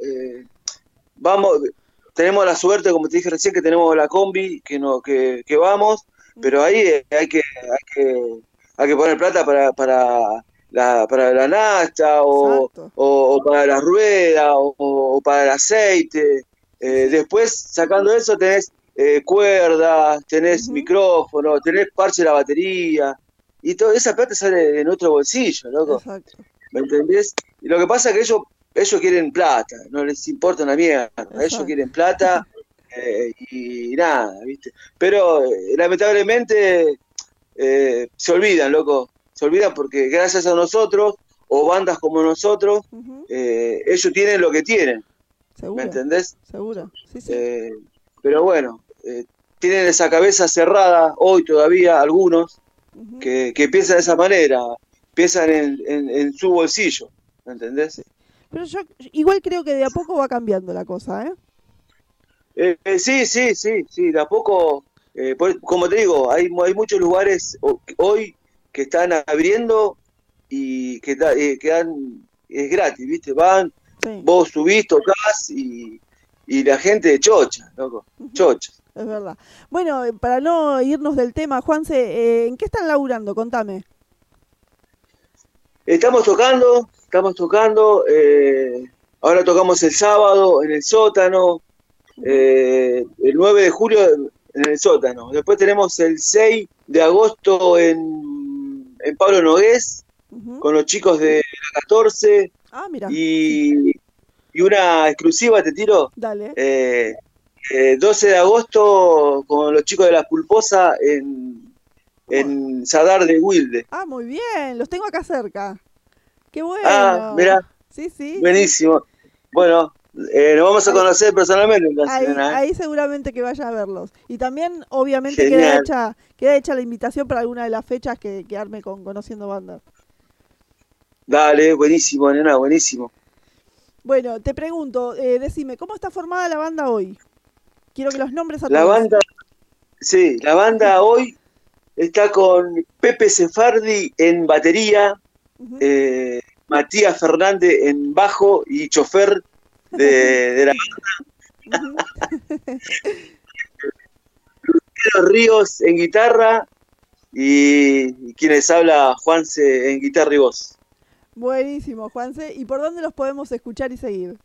tenemos la suerte, como te dije recién, que tenemos la combi, que vamos, pero ahí hay que poner plata para la nafta Exacto. o para la rueda o para el aceite. Sí, sí. Después, sacando eso, tenés cuerdas, tenés Ujú. micrófono, tenés parche de la batería. Y toda esa plata sale de nuestro bolsillo, loco. Exacto. ¿Me entendés? Y lo que pasa es que ellos quieren plata, no les importa una mierda. Ellos Exacto. quieren plata y nada, ¿viste? Pero lamentablemente se olvidan, loco. Se olvidan porque gracias a nosotros, o bandas como nosotros, Ujú. ellos tienen lo que tienen. ¿Me Seguro, entendés? seguro. Sí, sí. Pero bueno, tienen esa cabeza cerrada hoy todavía algunos Ujú. que piensan de esa manera, piensan en su bolsillo, ¿me entendés? Sí. Pero yo igual creo que de a poco va cambiando la cosa, ¿eh? Sí, de a poco, como te digo, hay muchos lugares hoy que están abriendo y que dan, es gratis, ¿viste? Van, Sí. vos subís, tocás y la gente chocha, loco, Ujú. chocha. Es verdad. Bueno, para no irnos del tema, Juanse, ¿en qué están laburando? Contame. Estamos tocando, ahora tocamos el sábado en el sótano, Ujú, el 9 de julio en el sótano. Después tenemos el 6 de agosto en Pablo Nogués, ujú. con los chicos de la 14, Ah, mira, sí, y una exclusiva, te tiro, dale. 12 de agosto con los chicos de La Pulposa Bueno. en Sadar de Wilde. Ah, muy bien, los tengo acá cerca. Qué Ah, bueno. mira, Sí, sí, sí. buenísimo. Bueno, nos vamos a Ahí, conocer personalmente entonces, ahí, nena, ¿eh? ahí seguramente que vaya a verlos. Y también, obviamente, Genial. queda hecha la invitación para alguna de las fechas que arme con Conociendo Bandas. Dale, buenísimo, nena, buenísimo. Bueno, te pregunto, decime, ¿cómo está formada la banda hoy? Quiero que los nombres a La todos. banda, sí, la banda hoy está con Pepe Sefardi en batería, Ujú, Matías Fernández en bajo y chofer de la ujú. Pedro Ríos en guitarra y quienes habla Juanse en guitarra y voz. Buenísimo, Juanse. ¿Y por dónde los podemos escuchar y seguir?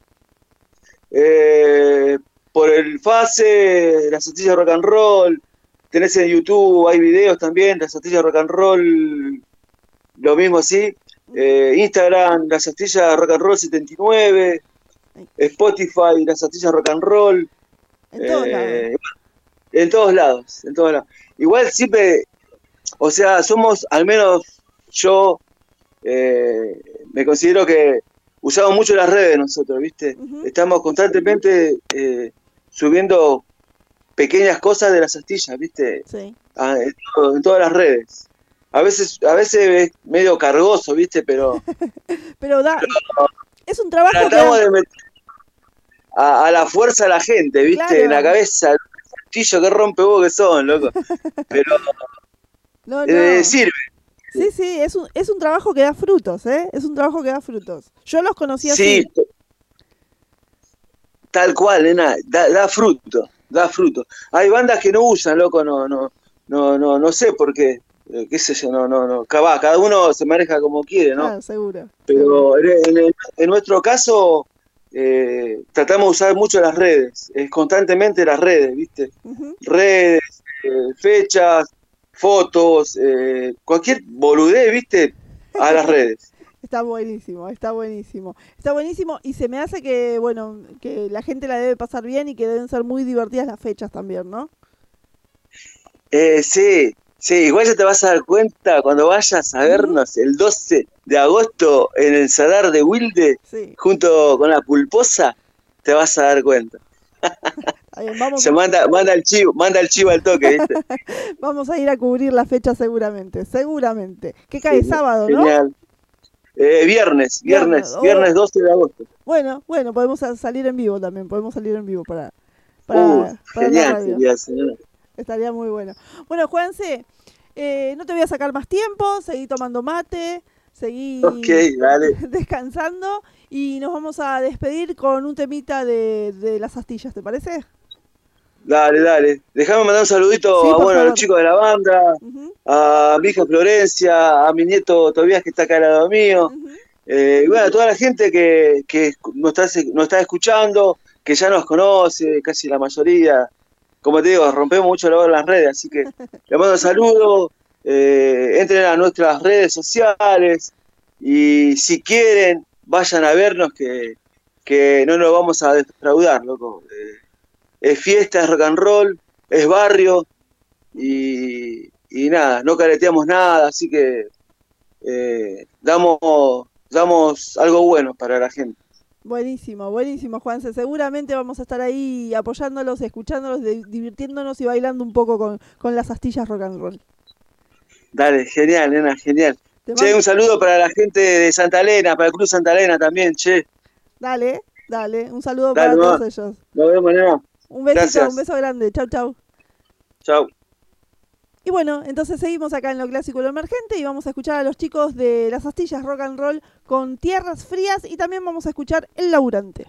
Eh, por el Face, las Astillas Rock and Roll, tenés en YouTube, hay videos también, las Astillas Rock and Roll, lo mismo así. Instagram, las Astillas Rock and Roll 79, Ahí, Spotify, las Astillas Rock and Roll, En todos lados. En todos lados, en todos lados. Igual siempre, o sea, somos, al menos yo, me considero que usamos mucho las redes nosotros, ¿viste? Estamos constantemente subiendo pequeñas cosas de las astillas, ¿viste? Sí. En todas las redes. A veces es medio cargoso, ¿viste? Pero es un trabajo tratamos de meter a la fuerza a la gente, ¿viste? Claro. En la cabeza, el astillo que rompe vos que son, loco. Pero sirve. Sí, es un trabajo que da frutos, ¿eh? Es un trabajo que da frutos. Yo los conocí así. Sí, tal cual, nena, da fruto. Hay bandas que no usan, loco, no sé por qué, qué sé yo, no, cada uno se maneja como quiere, ¿no? Claro, seguro. Pero en nuestro caso tratamos de usar mucho las redes, constantemente las redes, ¿viste? Redes, fechas, fotos, cualquier boludez, ¿viste? A las redes. Está buenísimo y se me hace que, bueno, que la gente la debe pasar bien y que deben ser muy divertidas las fechas también, ¿no? Sí, igual ya te vas a dar cuenta cuando vayas a vernos el 12 de agosto en el Sadar de Wilde, junto con la Pulposa, te vas a dar cuenta. Se manda el chivo al toque, ¿viste? Vamos a ir a cubrir la fecha seguramente. Que cae sábado, ¿no? Genial. Viernes 12 de agosto. Bueno, podemos salir en vivo también, para genial, señora. Estaría muy bueno. Bueno, Juanse, no te voy a sacar más tiempo, seguí tomando mate, seguí descansando y nos vamos a despedir con un temita de las astillas, ¿te parece? Dale. Déjame mandar un saludito a los chicos de la banda, a mi hija Florencia, a mi nieto Tobías que está acá al lado mío, y bueno, a toda la gente que nos está escuchando, que ya nos conoce, casi la mayoría. Como te digo, rompemos mucho en las redes, así que les mando un saludo, entren a nuestras redes sociales y si quieren, vayan a vernos que no nos vamos a defraudar, loco. Es fiesta, es rock and roll, es barrio y nada, no careteamos nada, así que damos algo bueno para la gente. Buenísimo, Juanse. Seguramente vamos a estar ahí apoyándolos, escuchándolos, divirtiéndonos y bailando un poco con las astillas rock and roll. Dale, genial, nena, genial. Che, un saludo para la gente de Santa Elena, para el Club Santa Elena también, che. Dale, un saludo para todos ellos. Nos vemos, nena. Un besito, Gracias. Un beso grande. Chau. Chau. Y bueno, entonces seguimos acá en Lo Clásico y Lo Emergente y vamos a escuchar a los chicos de las astillas rock and roll con Tierras Frías y también vamos a escuchar El Laburante.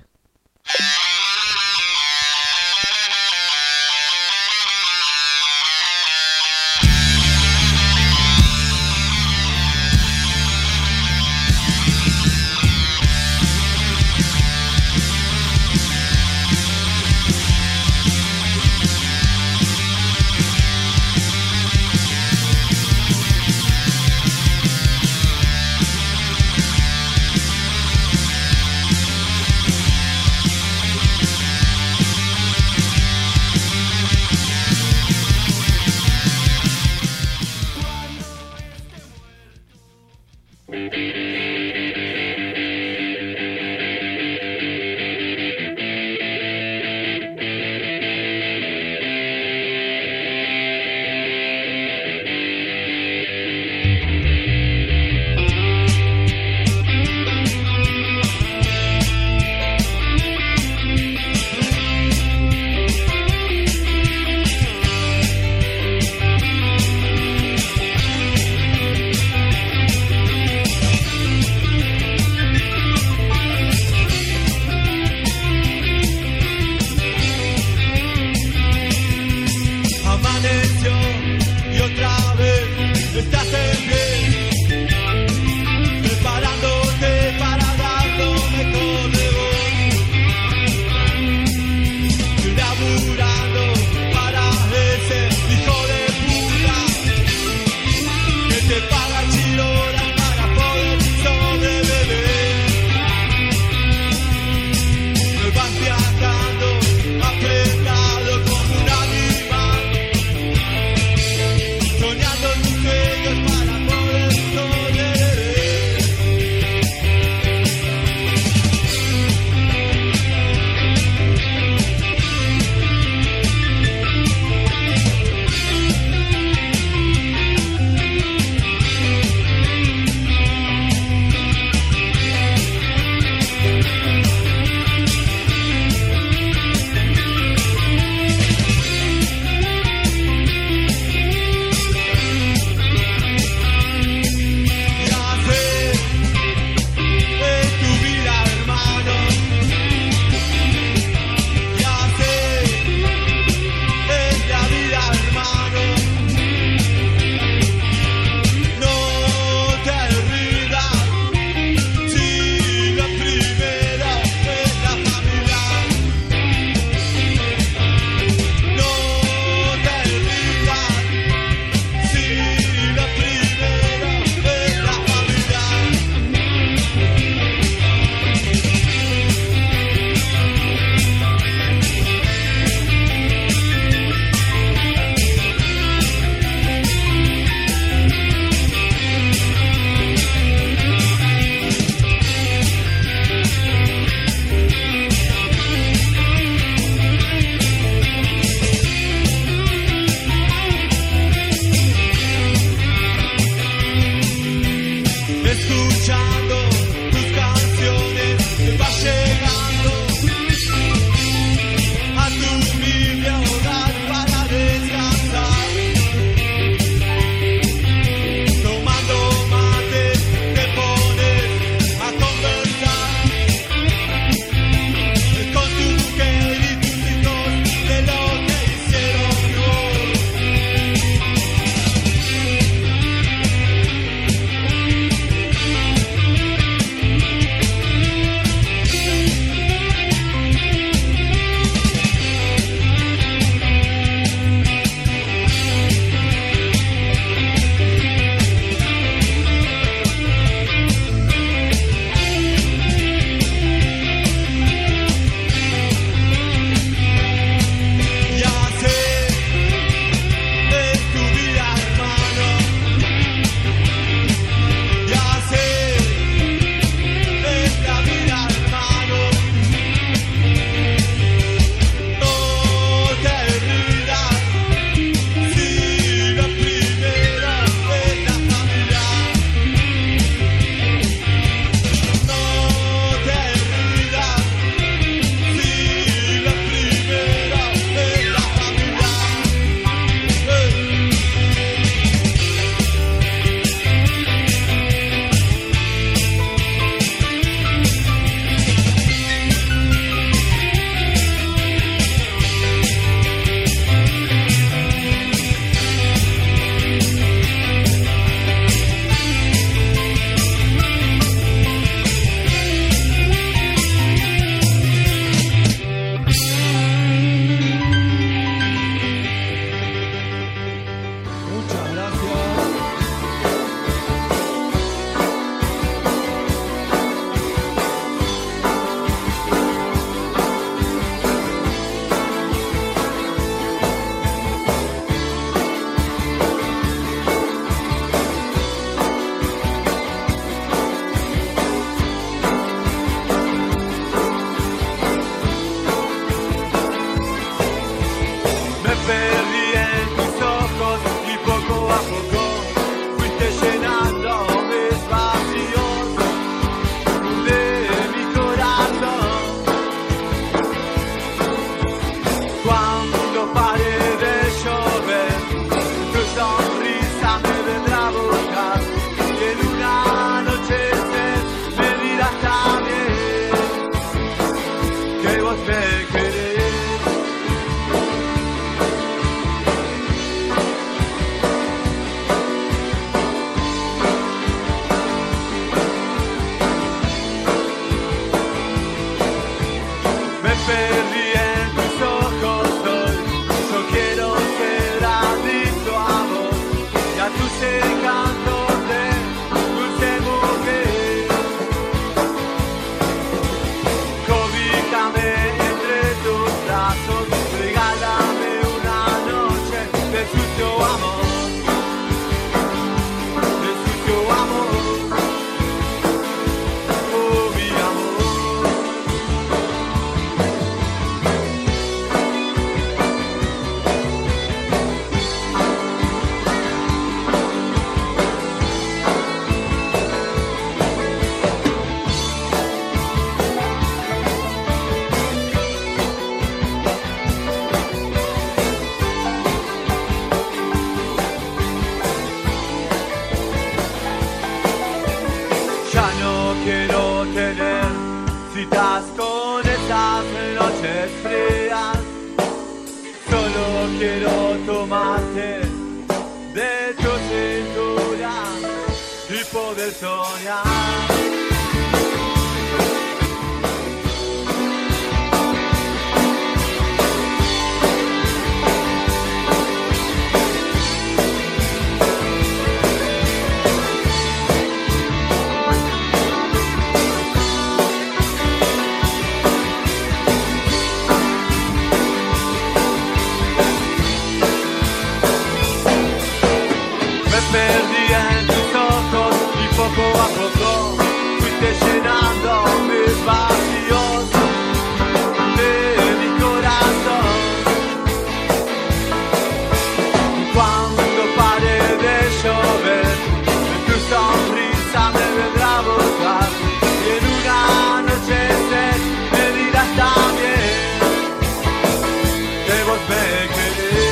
quiero tener citas con esas noches frías. Solo quiero tomarte de tu cintura y poder soñar. Perdí en tus ojos y poco a poco fuiste llenando mis vacíos de mi corazón. Cuando pare de llover, tu sonrisa me vendrá a buscar y en una noche me dirás también que vos me querés.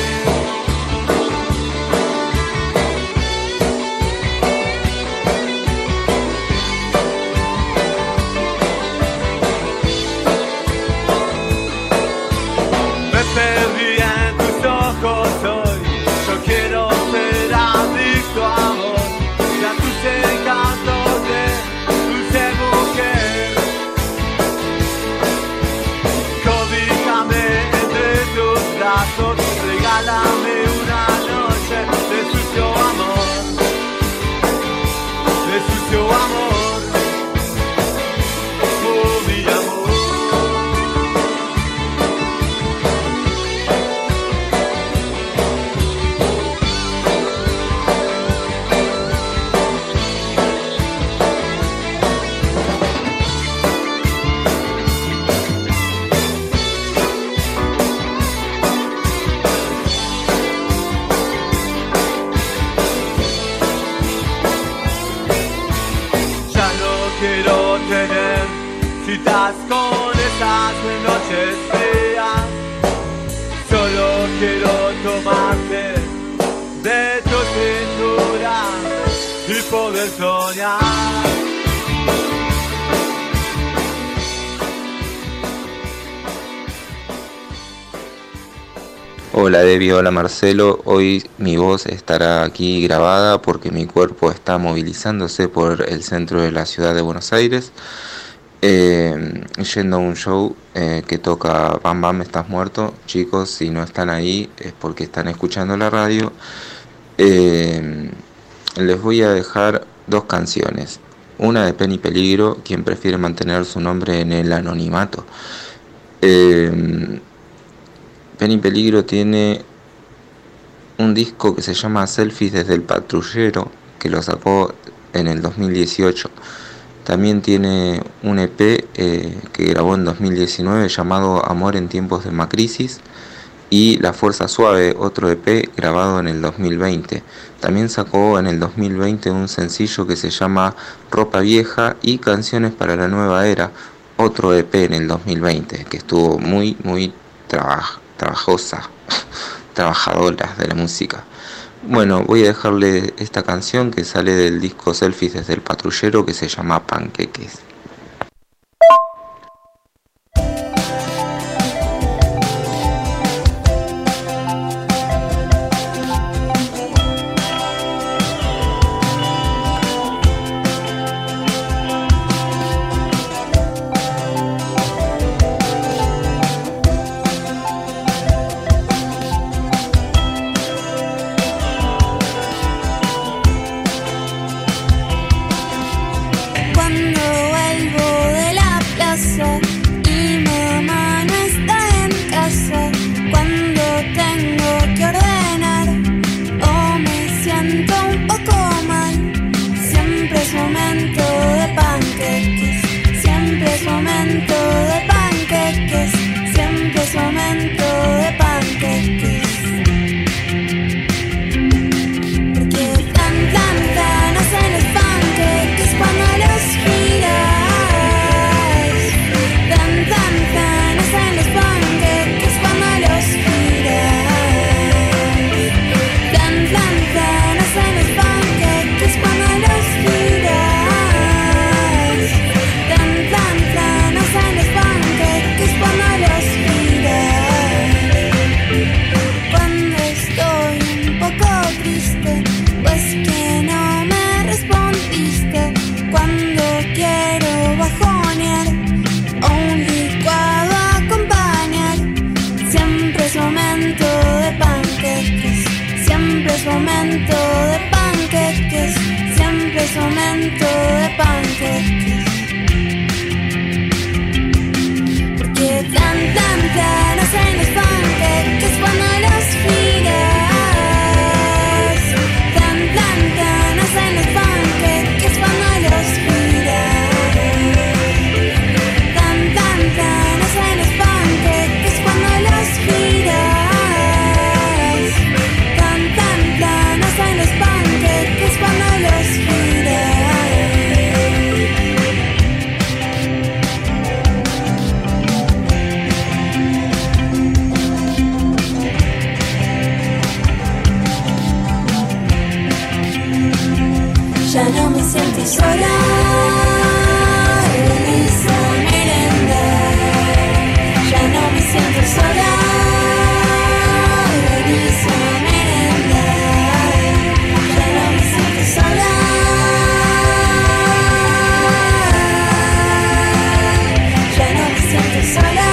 Perdí en tus ojos hoy, yo quiero ser adicto a vos y a tus encantos de dulce mujer. Cobíjame entre tus brazos, regálame una noche de sucio amor, de sucio amor, oh mi amor. Quiero tener citas con esas noches frías. Solo quiero tomarte de tu cintura y poder soñar. Hola Debbie, hola Marcelo. Hoy mi voz estará aquí grabada porque mi cuerpo está movilizándose por el centro de la ciudad de Buenos Aires, yendo a un show que toca Bam Bam Estás Muerto. Chicos, si no están ahí es porque están escuchando la radio. Les voy a dejar dos canciones. Una de Penny Peligro, quien prefiere mantener su nombre en el anonimato. Penny Peligro tiene un disco que se llama Selfies desde el Patrullero, que lo sacó en el 2018. También tiene un EP que grabó en 2019 llamado Amor en tiempos de Macrisis, y La Fuerza Suave, otro EP grabado en el 2020. También sacó en el 2020 un sencillo que se llama Ropa Vieja y Canciones para la Nueva Era, otro EP en el 2020, que estuvo muy trabajadora de la música. Bueno, voy a dejarle esta canción que sale del disco Selfies desde el Patrullero, que se llama Panqueques. Cuando momento de panqueques, siempre es momento de panqueques. Porque tan hacen los panqueques cuando los giras. Tan hacen los panqueques cuando los giras. Tan hacen los panqueques cuando los giras. Tan hacen los panqueques cuando los giras. Ya no me siento sola, Elisa merenda. Ya no me siento sola, Elisa merenda. Ya no me siento sola. Ya no me siento sola.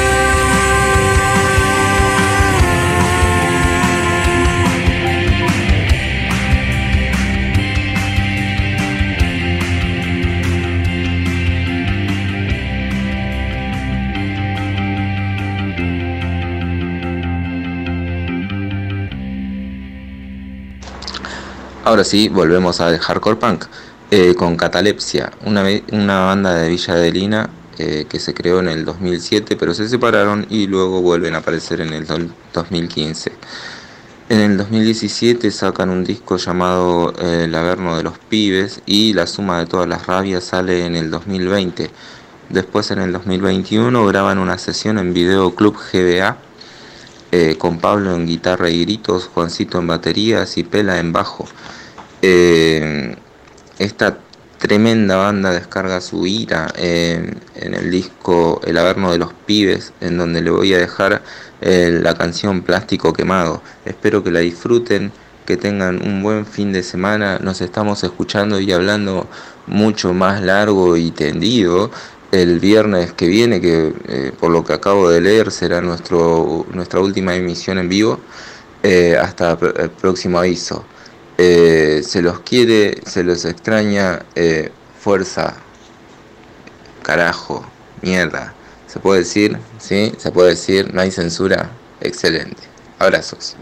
Ahora sí, volvemos al hardcore punk con Catalepsia, una banda de Villa Adelina que se creó en el 2007, pero se separaron y luego vuelven a aparecer en el 2015. En el 2017 sacan un disco llamado El Averno de los Pibes y La Suma de Todas las Rabias sale en el 2020. Después en el 2021 graban una sesión en Video Club GBA con Pablo en guitarra y gritos, Juancito en baterías y Pela en bajo. Esta tremenda banda descarga su ira en el disco El Averno de los Pibes, en donde le voy a dejar la canción Plástico Quemado. Espero que la disfruten, que tengan un buen fin de semana. Nos estamos escuchando y hablando mucho más largo y tendido el viernes que viene, que por lo que acabo de leer será nuestra última emisión en vivo. Hasta el próximo aviso. Se los quiere, se los extraña, fuerza, carajo, mierda. ¿Se puede decir? ¿Sí? ¿Se puede decir? ¿No hay censura? Excelente. Abrazos.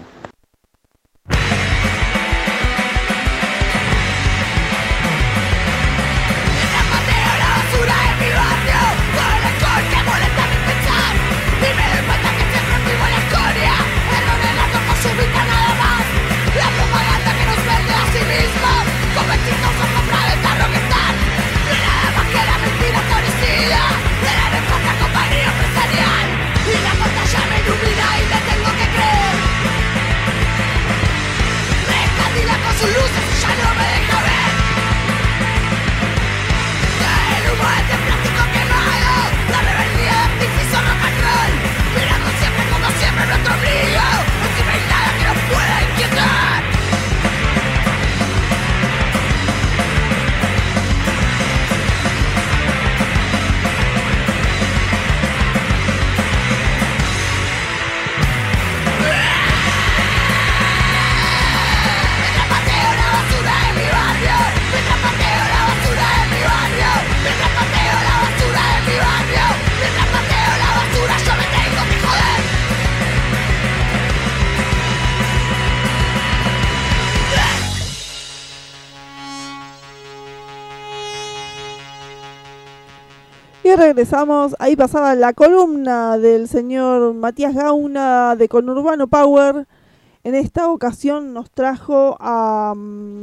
Y regresamos, ahí pasaba la columna del señor Matías Gauna de Conurbano Power. En esta ocasión nos trajo a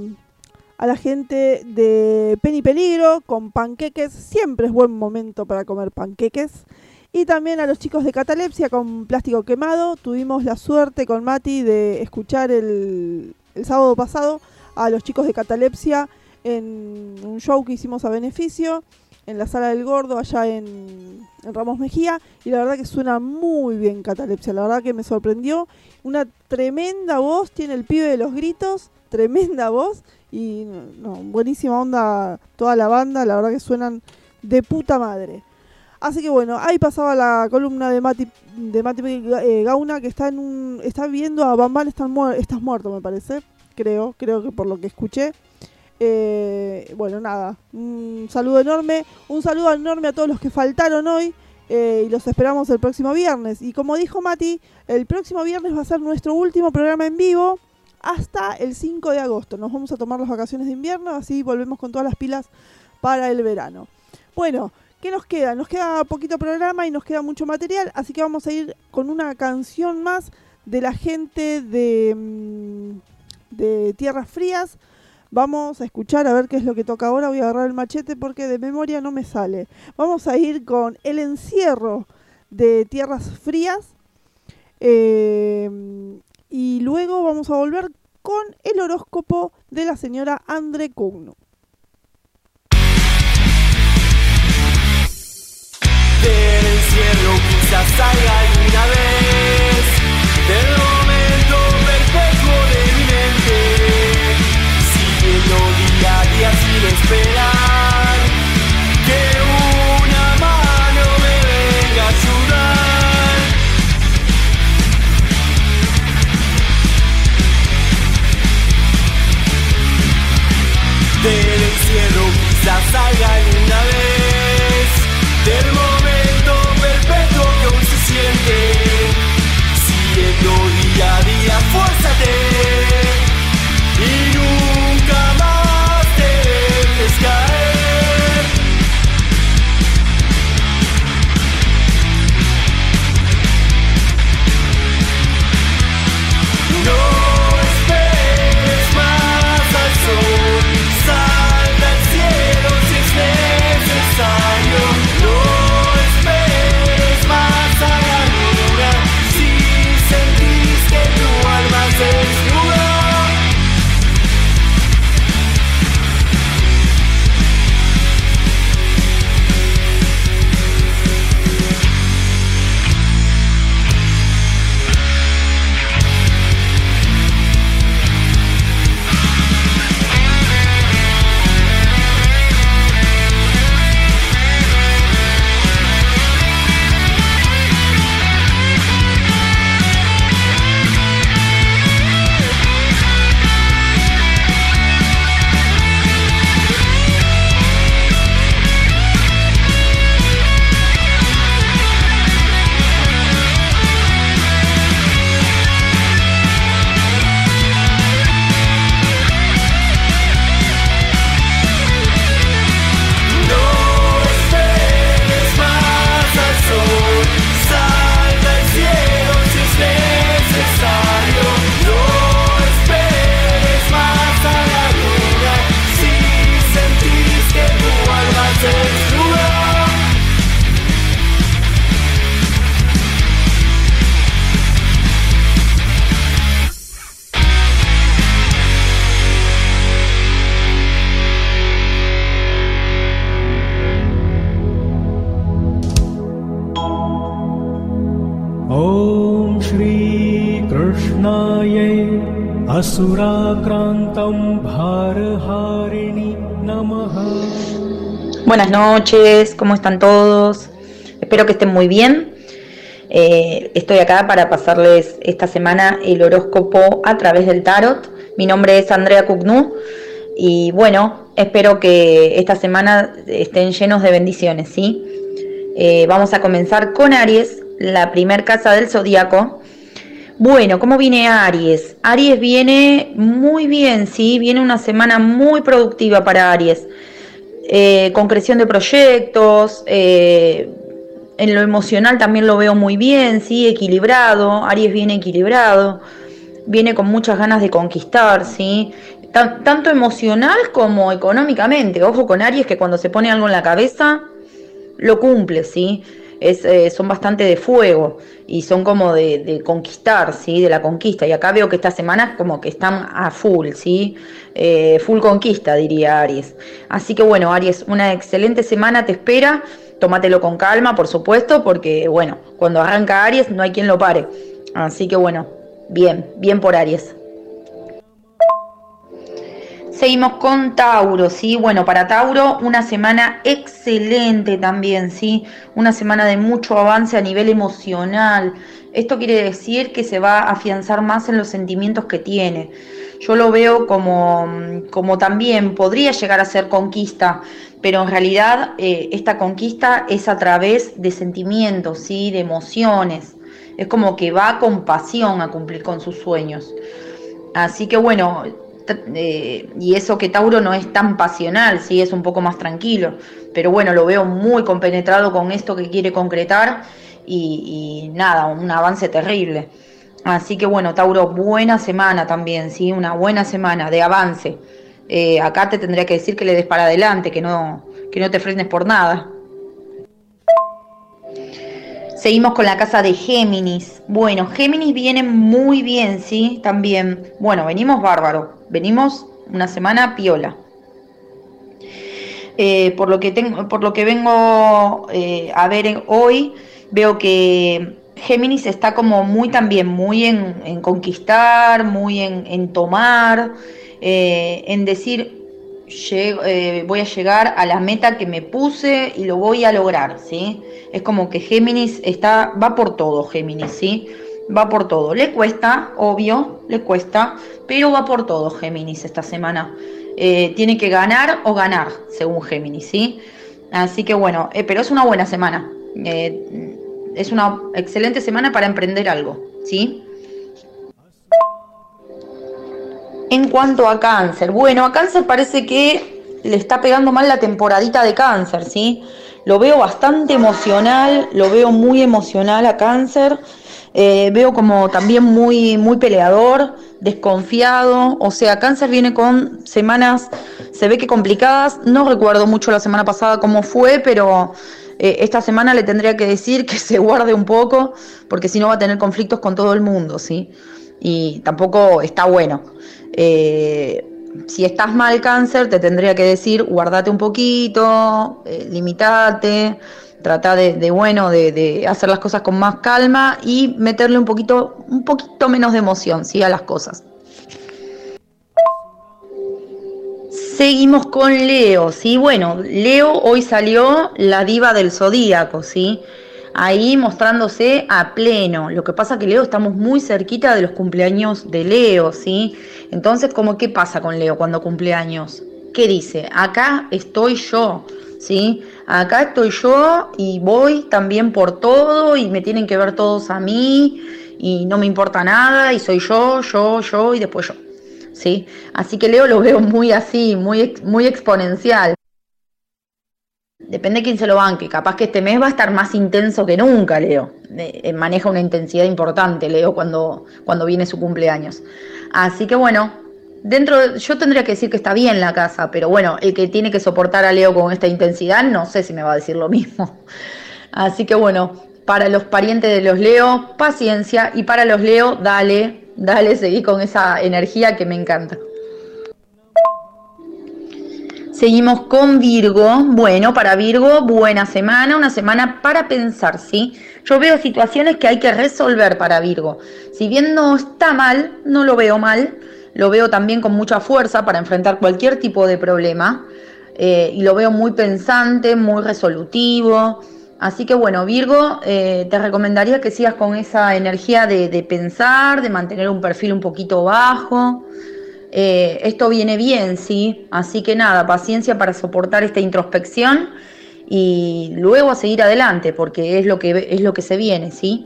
la gente de Penny Peligro con panqueques. Siempre es buen momento para comer panqueques. Y también a los chicos de Catalepsia con Plástico Quemado. Tuvimos la suerte con Mati de escuchar el sábado pasado a los chicos de Catalepsia en un show que hicimos a beneficio en la Sala del Gordo, allá en Ramos Mejía, y la verdad que suena muy bien Catalepsia, la verdad que me sorprendió. Una tremenda voz tiene el pibe de los gritos, tremenda voz, y no, buenísima onda toda la banda, la verdad que suenan de puta madre. Así que bueno, ahí pasaba la columna de Mati Gauna, que está viendo a Bambán, estás muerto me parece, creo que por lo que escuché. Bueno, nada, un saludo enorme a todos los que faltaron hoy, y los esperamos el próximo viernes. Y como dijo Mati, el próximo viernes va a ser nuestro último programa en vivo hasta el 5 de agosto. Nos vamos a tomar las vacaciones de invierno, así volvemos con todas las pilas para el verano. Bueno, ¿qué nos queda? Nos queda poquito programa y nos queda mucho material, así que vamos a ir con una canción más de la gente de Tierras Frías. Vamos a escuchar a ver qué es lo que toca ahora. Voy a agarrar el machete porque de memoria no me sale. Vamos a ir con El Encierro de Tierras Frías. Y luego vamos a volver con el horóscopo de la señora Andre Cugnu. Del encierro quizás salga alguna vez, del momento perfecto de mi mente, siguiendo día a día sin esperar que una mano me venga a ayudar. Del encierro quizás salga alguna vez, del momento perfecto que aún se siente, siguiendo día a día, fuérzate y nunca más te dejes caer. No esperes más al sol, salta al cielo si es necesario. No esperes más a la luna si sentís que tu alma se desnuda. Om Shri Krishnaye Asurakrantam Bharharini Namaha. Buenas noches, ¿cómo están todos? Espero que estén muy bien. Estoy acá para pasarles esta semana el horóscopo a través del tarot. Mi nombre es Andrea Cugnu y bueno, espero que esta semana estén llenos de bendiciones, ¿sí? Vamos a comenzar con Aries, la primer casa del zodíaco. Bueno, ¿cómo viene Aries? Aries viene muy bien, ¿sí? Viene una semana muy productiva para Aries. Concreción de proyectos, en lo emocional también lo veo muy bien, ¿sí? Equilibrado, Aries viene equilibrado, viene con muchas ganas de conquistar, ¿sí? Tanto emocional como económicamente. Ojo con Aries, que cuando se pone algo en la cabeza, lo cumple, ¿sí? Son bastante de fuego y son como de conquistar, ¿sí? De la conquista. Y acá veo que estas semanas como que están a full, ¿sí? Full conquista, diría Aries. Así que bueno, Aries, una excelente semana te espera. Tómatelo con calma, por supuesto, porque bueno, cuando arranca Aries no hay quien lo pare. Así que bueno, bien por Aries. Seguimos con Tauro, ¿sí? Bueno, para Tauro una semana excelente también, ¿sí? Una semana de mucho avance a nivel emocional. Esto quiere decir que se va a afianzar más en los sentimientos que tiene. yo lo veo como también podría llegar a ser conquista, pero en realidad esta conquista es a través de sentimientos, ¿sí? De emociones. Es como que va con pasión a cumplir con sus sueños. Así que bueno, y eso que Tauro no es tan pasional, ¿sí? Es un poco más tranquilo. Pero bueno, lo veo muy compenetrado con esto que quiere concretar y nada, un avance terrible. Así que bueno, Tauro, buena semana también, ¿sí? Una buena semana de avance. Acá te tendría que decir que le des para adelante, que no te frenes por nada. Seguimos con la casa de Géminis. Bueno, Géminis viene muy bien, ¿sí? También. Bueno, venimos bárbaro. Venimos una semana piola. Por lo que vengo a ver hoy, veo que Géminis está como muy también, muy en conquistar, muy en tomar, en decir, voy a llegar a la meta que me puse y lo voy a lograr, ¿sí? Es como que Géminis va por todo, Géminis, ¿sí? Va por todo. Le cuesta, obvio, le cuesta, pero va por todo Géminis esta semana. Tiene que ganar o ganar, según Géminis, ¿sí? Así que bueno, pero es una buena semana. Es una excelente semana para emprender algo, ¿sí? En cuanto a Cáncer, bueno, a Cáncer parece que le está pegando mal la temporadita de Cáncer, ¿sí? Lo veo bastante emocional, lo veo muy emocional a Cáncer. Veo como también muy, muy peleador, desconfiado. O sea, Cáncer viene con semanas, se ve que complicadas. No recuerdo mucho la semana pasada cómo fue, pero esta semana le tendría que decir que se guarde un poco, porque si no va a tener conflictos con todo el mundo, ¿sí? Y tampoco está bueno. Si estás mal, Cáncer, te tendría que decir, guardate un poquito, limitate. Trata de hacer las cosas con más calma y meterle un poquito menos de emoción, ¿sí? A las cosas. Seguimos con Leo, ¿sí? Bueno, Leo hoy salió la diva del zodíaco, ¿sí? Ahí mostrándose a pleno. Lo que pasa que Leo estamos muy cerquita de los cumpleaños de Leo, ¿sí? Entonces, ¿qué pasa con Leo cuando cumple años? ¿Qué dice? Acá estoy yo, ¿sí? Acá estoy yo y voy también por todo y me tienen que ver todos a mí y no me importa nada y soy yo y después yo, ¿sí? Así que Leo lo veo muy así, muy exponencial. Depende de quién se lo banque. Capaz que este mes va a estar más intenso que nunca, Leo. Maneja una intensidad importante, Leo, cuando viene su cumpleaños. Así que bueno, yo tendría que decir que está bien la casa, pero bueno, el que tiene que soportar a Leo con esta intensidad, no sé si me va a decir lo mismo. Así que bueno, para los parientes de los Leo, paciencia. Y para los Leo, dale, seguí con esa energía que me encanta. Seguimos con Virgo. Bueno, para Virgo, buena semana, una semana para pensar, ¿sí? Yo veo situaciones que hay que resolver para Virgo. Si bien no está mal, no lo veo mal, lo veo también con mucha fuerza para enfrentar cualquier tipo de problema. Y lo veo muy pensante, muy resolutivo. Así que bueno, Virgo, te recomendaría que sigas con esa energía de pensar, de mantener un perfil un poquito bajo. Esto viene bien, ¿sí? Así que nada, paciencia para soportar esta introspección y luego a seguir adelante, porque es lo que se viene, ¿sí?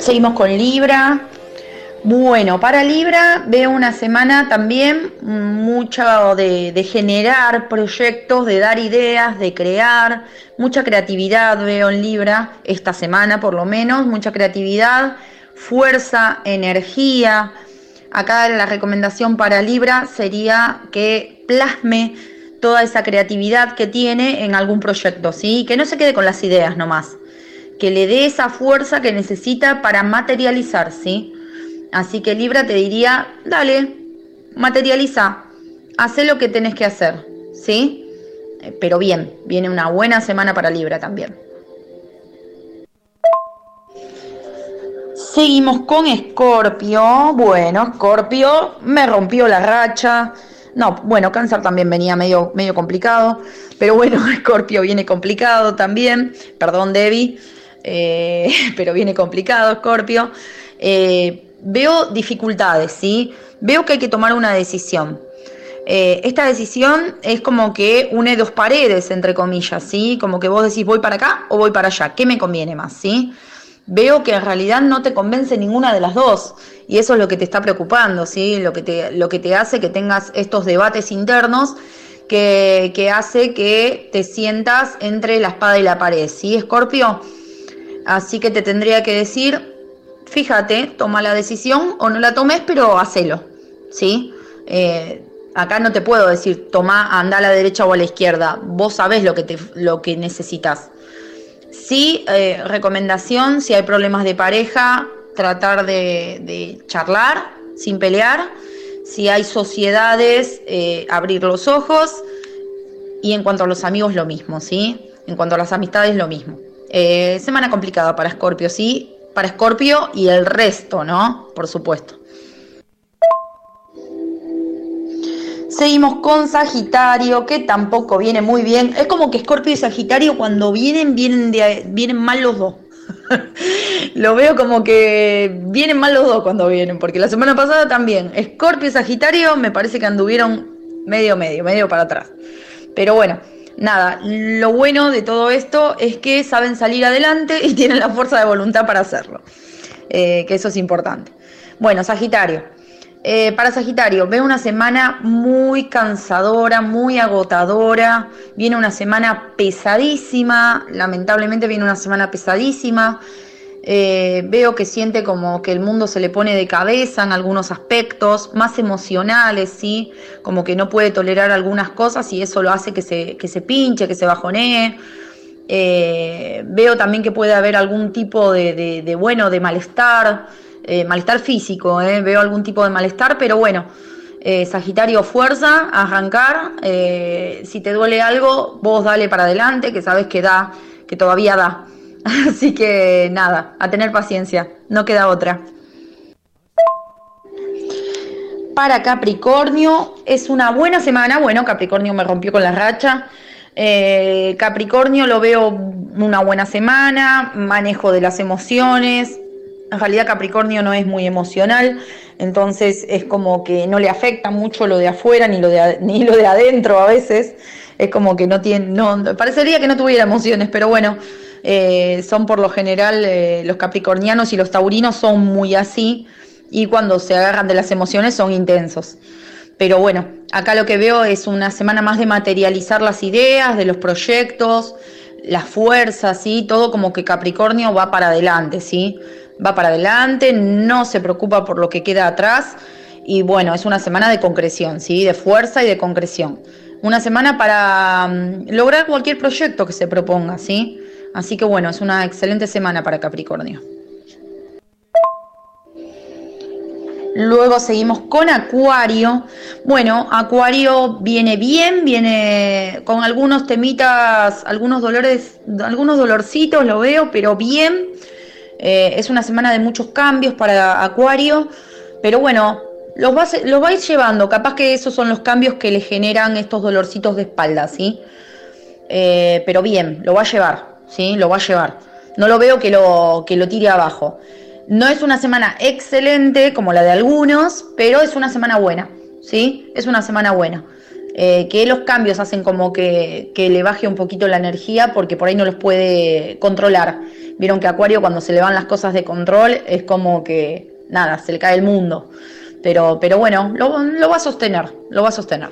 Seguimos con Libra. Bueno, para Libra veo una semana también mucho de generar proyectos, de dar ideas, de crear, mucha creatividad veo en Libra, esta semana por lo menos, mucha creatividad, fuerza, energía. Acá la recomendación para Libra sería que plasme toda esa creatividad que tiene en algún proyecto, ¿sí? Que no se quede con las ideas nomás, que le dé esa fuerza que necesita para materializar, ¿sí? Así que Libra te diría, dale, materializa, haz lo que tenés que hacer, ¿sí? Pero bien, viene una buena semana para Libra también. Seguimos con Escorpio. Bueno, Escorpio me rompió la racha. No, bueno, Cáncer también venía medio complicado, pero bueno, Escorpio viene complicado también. Perdón, Debbie, pero viene complicado Escorpio. Veo dificultades, ¿sí? Veo que hay que tomar una decisión. Esta decisión es como que une dos paredes, entre comillas, ¿sí? Como que vos decís, voy para acá o voy para allá, ¿qué me conviene más, sí? Veo que en realidad no te convence ninguna de las dos, y eso es lo que te está preocupando, ¿sí? Lo que te hace que tengas estos debates internos que hace que te sientas entre la espada y la pared, ¿sí, Escorpio? Así que te tendría que decir, fíjate, toma la decisión o no la tomes, pero hacelo, ¿sí? Acá no te puedo decir, toma, anda a la derecha o a la izquierda. Vos sabés lo que necesitas. Sí, recomendación, si hay problemas de pareja, tratar de charlar sin pelear. Si hay sociedades, abrir los ojos. Y en cuanto a los amigos, lo mismo, ¿sí? En cuanto a las amistades, lo mismo. Semana complicada para Escorpio, ¿sí? Para Escorpio y el resto, ¿no? Por supuesto. Seguimos con Sagitario, que tampoco viene muy bien. Es como que Escorpio y Sagitario cuando vienen mal los dos. Lo veo como que vienen mal los dos cuando vienen, porque la semana pasada también Escorpio y Sagitario me parece que anduvieron medio para atrás. Pero bueno, nada, lo bueno de todo esto es que saben salir adelante y tienen la fuerza de voluntad para hacerlo, que eso es importante. Bueno, Sagitario. Para Sagitario, veo una semana muy cansadora, muy agotadora, viene una semana pesadísima, lamentablemente viene una semana pesadísima, veo que siente como que el mundo se le pone de cabeza en algunos aspectos, más emocionales, ¿sí? Como que no puede tolerar algunas cosas y eso lo hace que se pinche, que se bajonee. Veo también que puede haber algún tipo de malestar, malestar físico, veo algún tipo de malestar, pero bueno, Sagitario, fuerza, arrancar, si te duele algo, vos dale para adelante, que sabes que da, que todavía da, así que nada, a tener paciencia, no queda otra. Para Capricornio, es una buena semana, bueno, Capricornio me rompió con la racha, Capricornio lo veo una buena semana, manejo de las emociones. En realidad Capricornio no es muy emocional, entonces es como que no le afecta mucho lo de afuera ni lo de adentro a veces. Es como que parecería que no tuviera emociones, pero bueno, son por lo general los capricornianos y los taurinos son muy así y cuando se agarran de las emociones son intensos. Pero bueno, acá lo que veo es una semana más de materializar las ideas, de los proyectos, las fuerzas, ¿sí? Todo como que Capricornio va para adelante, ¿sí? Va para adelante, no se preocupa por lo que queda atrás y bueno, es una semana de concreción, ¿sí? De fuerza y de concreción. Una semana para lograr cualquier proyecto que se proponga, ¿sí? Así que bueno, es una excelente semana para Capricornio. Luego seguimos con Acuario. Bueno, Acuario viene bien, viene con algunos temitas, algunos dolorcitos lo veo, pero bien. Es una semana de muchos cambios para Acuario, pero bueno, los va a ir llevando, capaz que esos son los cambios que le generan estos dolorcitos de espalda, ¿sí? Pero bien, lo va a llevar, ¿sí? Lo va a llevar. No lo veo que lo tire abajo. No es una semana excelente como la de algunos, pero es una semana buena, ¿sí? Es una semana buena. que los cambios hacen como que le baje un poquito la energía porque por ahí no los puede controlar. Vieron que Acuario cuando se le van las cosas de control es como que, nada, se le cae el mundo. Pero bueno, lo va a sostener, lo va a sostener.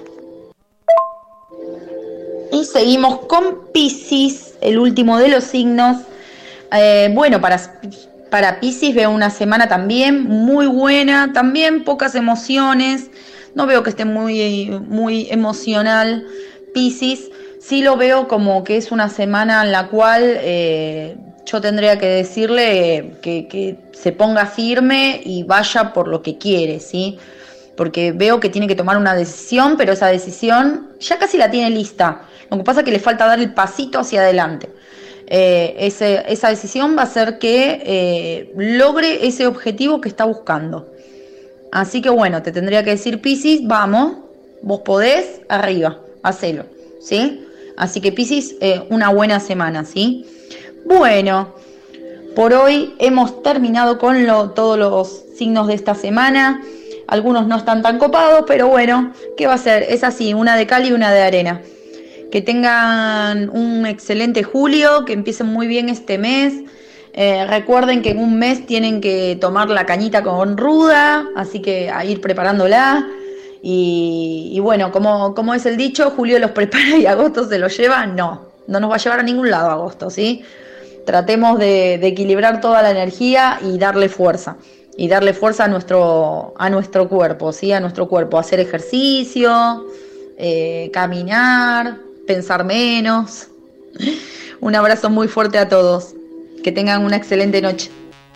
Y seguimos con Piscis, el último de los signos. Bueno, para Piscis veo una semana también muy buena, también pocas emociones. No veo que esté muy emocional Piscis. Sí lo veo como que es una semana en la cual yo tendría que decirle que se ponga firme y vaya por lo que quiere, ¿sí? Porque veo que tiene que tomar una decisión, pero esa decisión ya casi la tiene lista. Lo que pasa es que le falta dar el pasito hacia adelante. Esa decisión va a hacer que logre ese objetivo que está buscando. Así que bueno, te tendría que decir, Piscis, vamos, vos podés, arriba, hacelo, ¿sí? Así que Piscis, una buena semana, ¿sí? Bueno, por hoy hemos terminado con todos los signos de esta semana. Algunos no están tan copados, pero bueno, ¿qué va a ser? Es así, una de cal y una de arena. Que tengan un excelente julio, que empiecen muy bien este mes. Recuerden que en un mes tienen que tomar la cañita con ruda, así que a ir preparándola. Y bueno, como es el dicho, julio los prepara y agosto se los lleva. No nos va a llevar a ningún lado agosto, ¿sí? Tratemos de equilibrar toda la energía y darle fuerza. Y darle fuerza a nuestro cuerpo, ¿sí? A nuestro cuerpo, hacer ejercicio, caminar, pensar menos. Un abrazo muy fuerte a todos. Que tengan una excelente noche.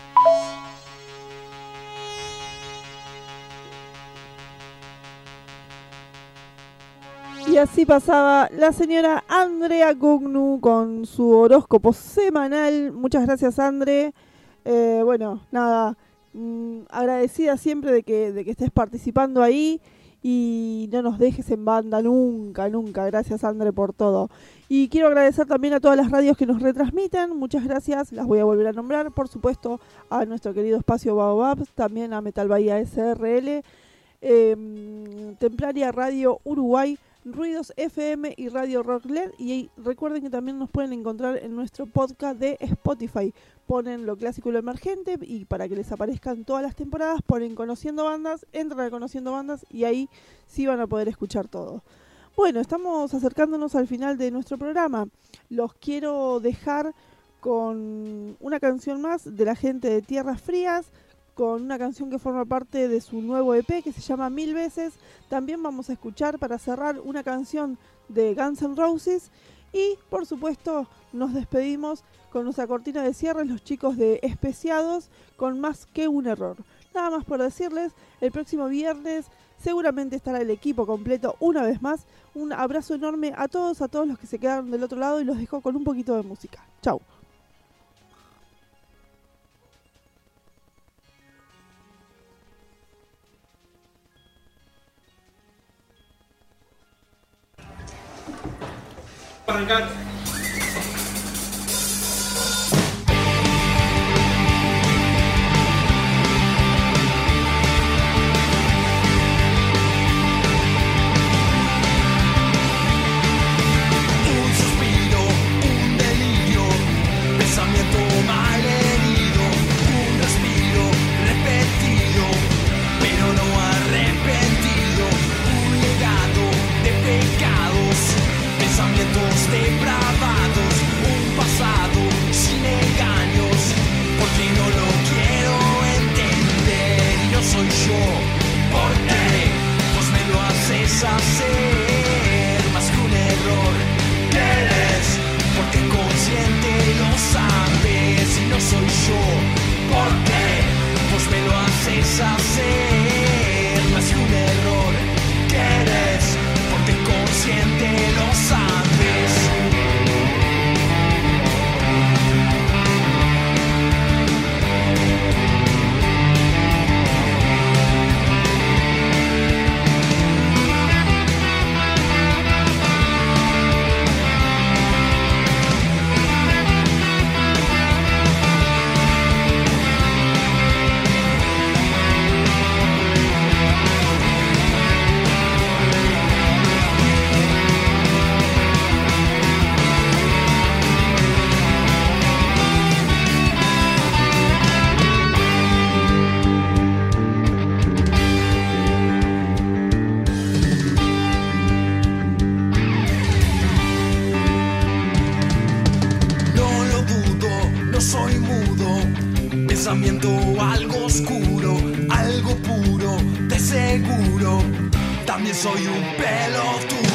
Y así pasaba la señora Andrea Cugnu con su horóscopo semanal. Muchas gracias, Andre. Bueno, nada, agradecida siempre de que estés participando ahí y no nos dejes en banda nunca. Gracias, Andre, por todo. Y quiero agradecer también a todas las radios que nos retransmiten. Muchas gracias, las voy a volver a nombrar. Por supuesto, a nuestro querido espacio Baobab, también a Metal Bahía SRL, Templaria Radio Uruguay, Ruidos FM y Radio Rock LED. Y recuerden que también nos pueden encontrar en nuestro podcast de Spotify. Ponen Lo Clásico y Lo Emergente y para que les aparezcan todas las temporadas ponen Conociendo Bandas, entran a Conociendo Bandas y ahí sí van a poder escuchar todo. Bueno, estamos acercándonos al final de nuestro programa. Los quiero dejar con una canción más de la gente de Tierras Frías, con una canción que forma parte de su nuevo EP que se llama 1000 veces. También vamos a escuchar para cerrar una canción de Guns N' Roses y por supuesto nos despedimos con nuestra cortina de cierre, los chicos de Especiados, con Más que un error. Nada más por decirles, el próximo viernes seguramente estará el equipo completo una vez más. Un abrazo enorme a todos los que se quedaron del otro lado y los dejo con un poquito de música. Chau. Arrancar. Hacer más que un error, eres porque consciente lo sabes y no soy yo, porque vos me lo haces hacer más que un error, eres porque consciente lo sabes. pensamiento algo oscuro, algo puro, de seguro. También soy un pelotudo.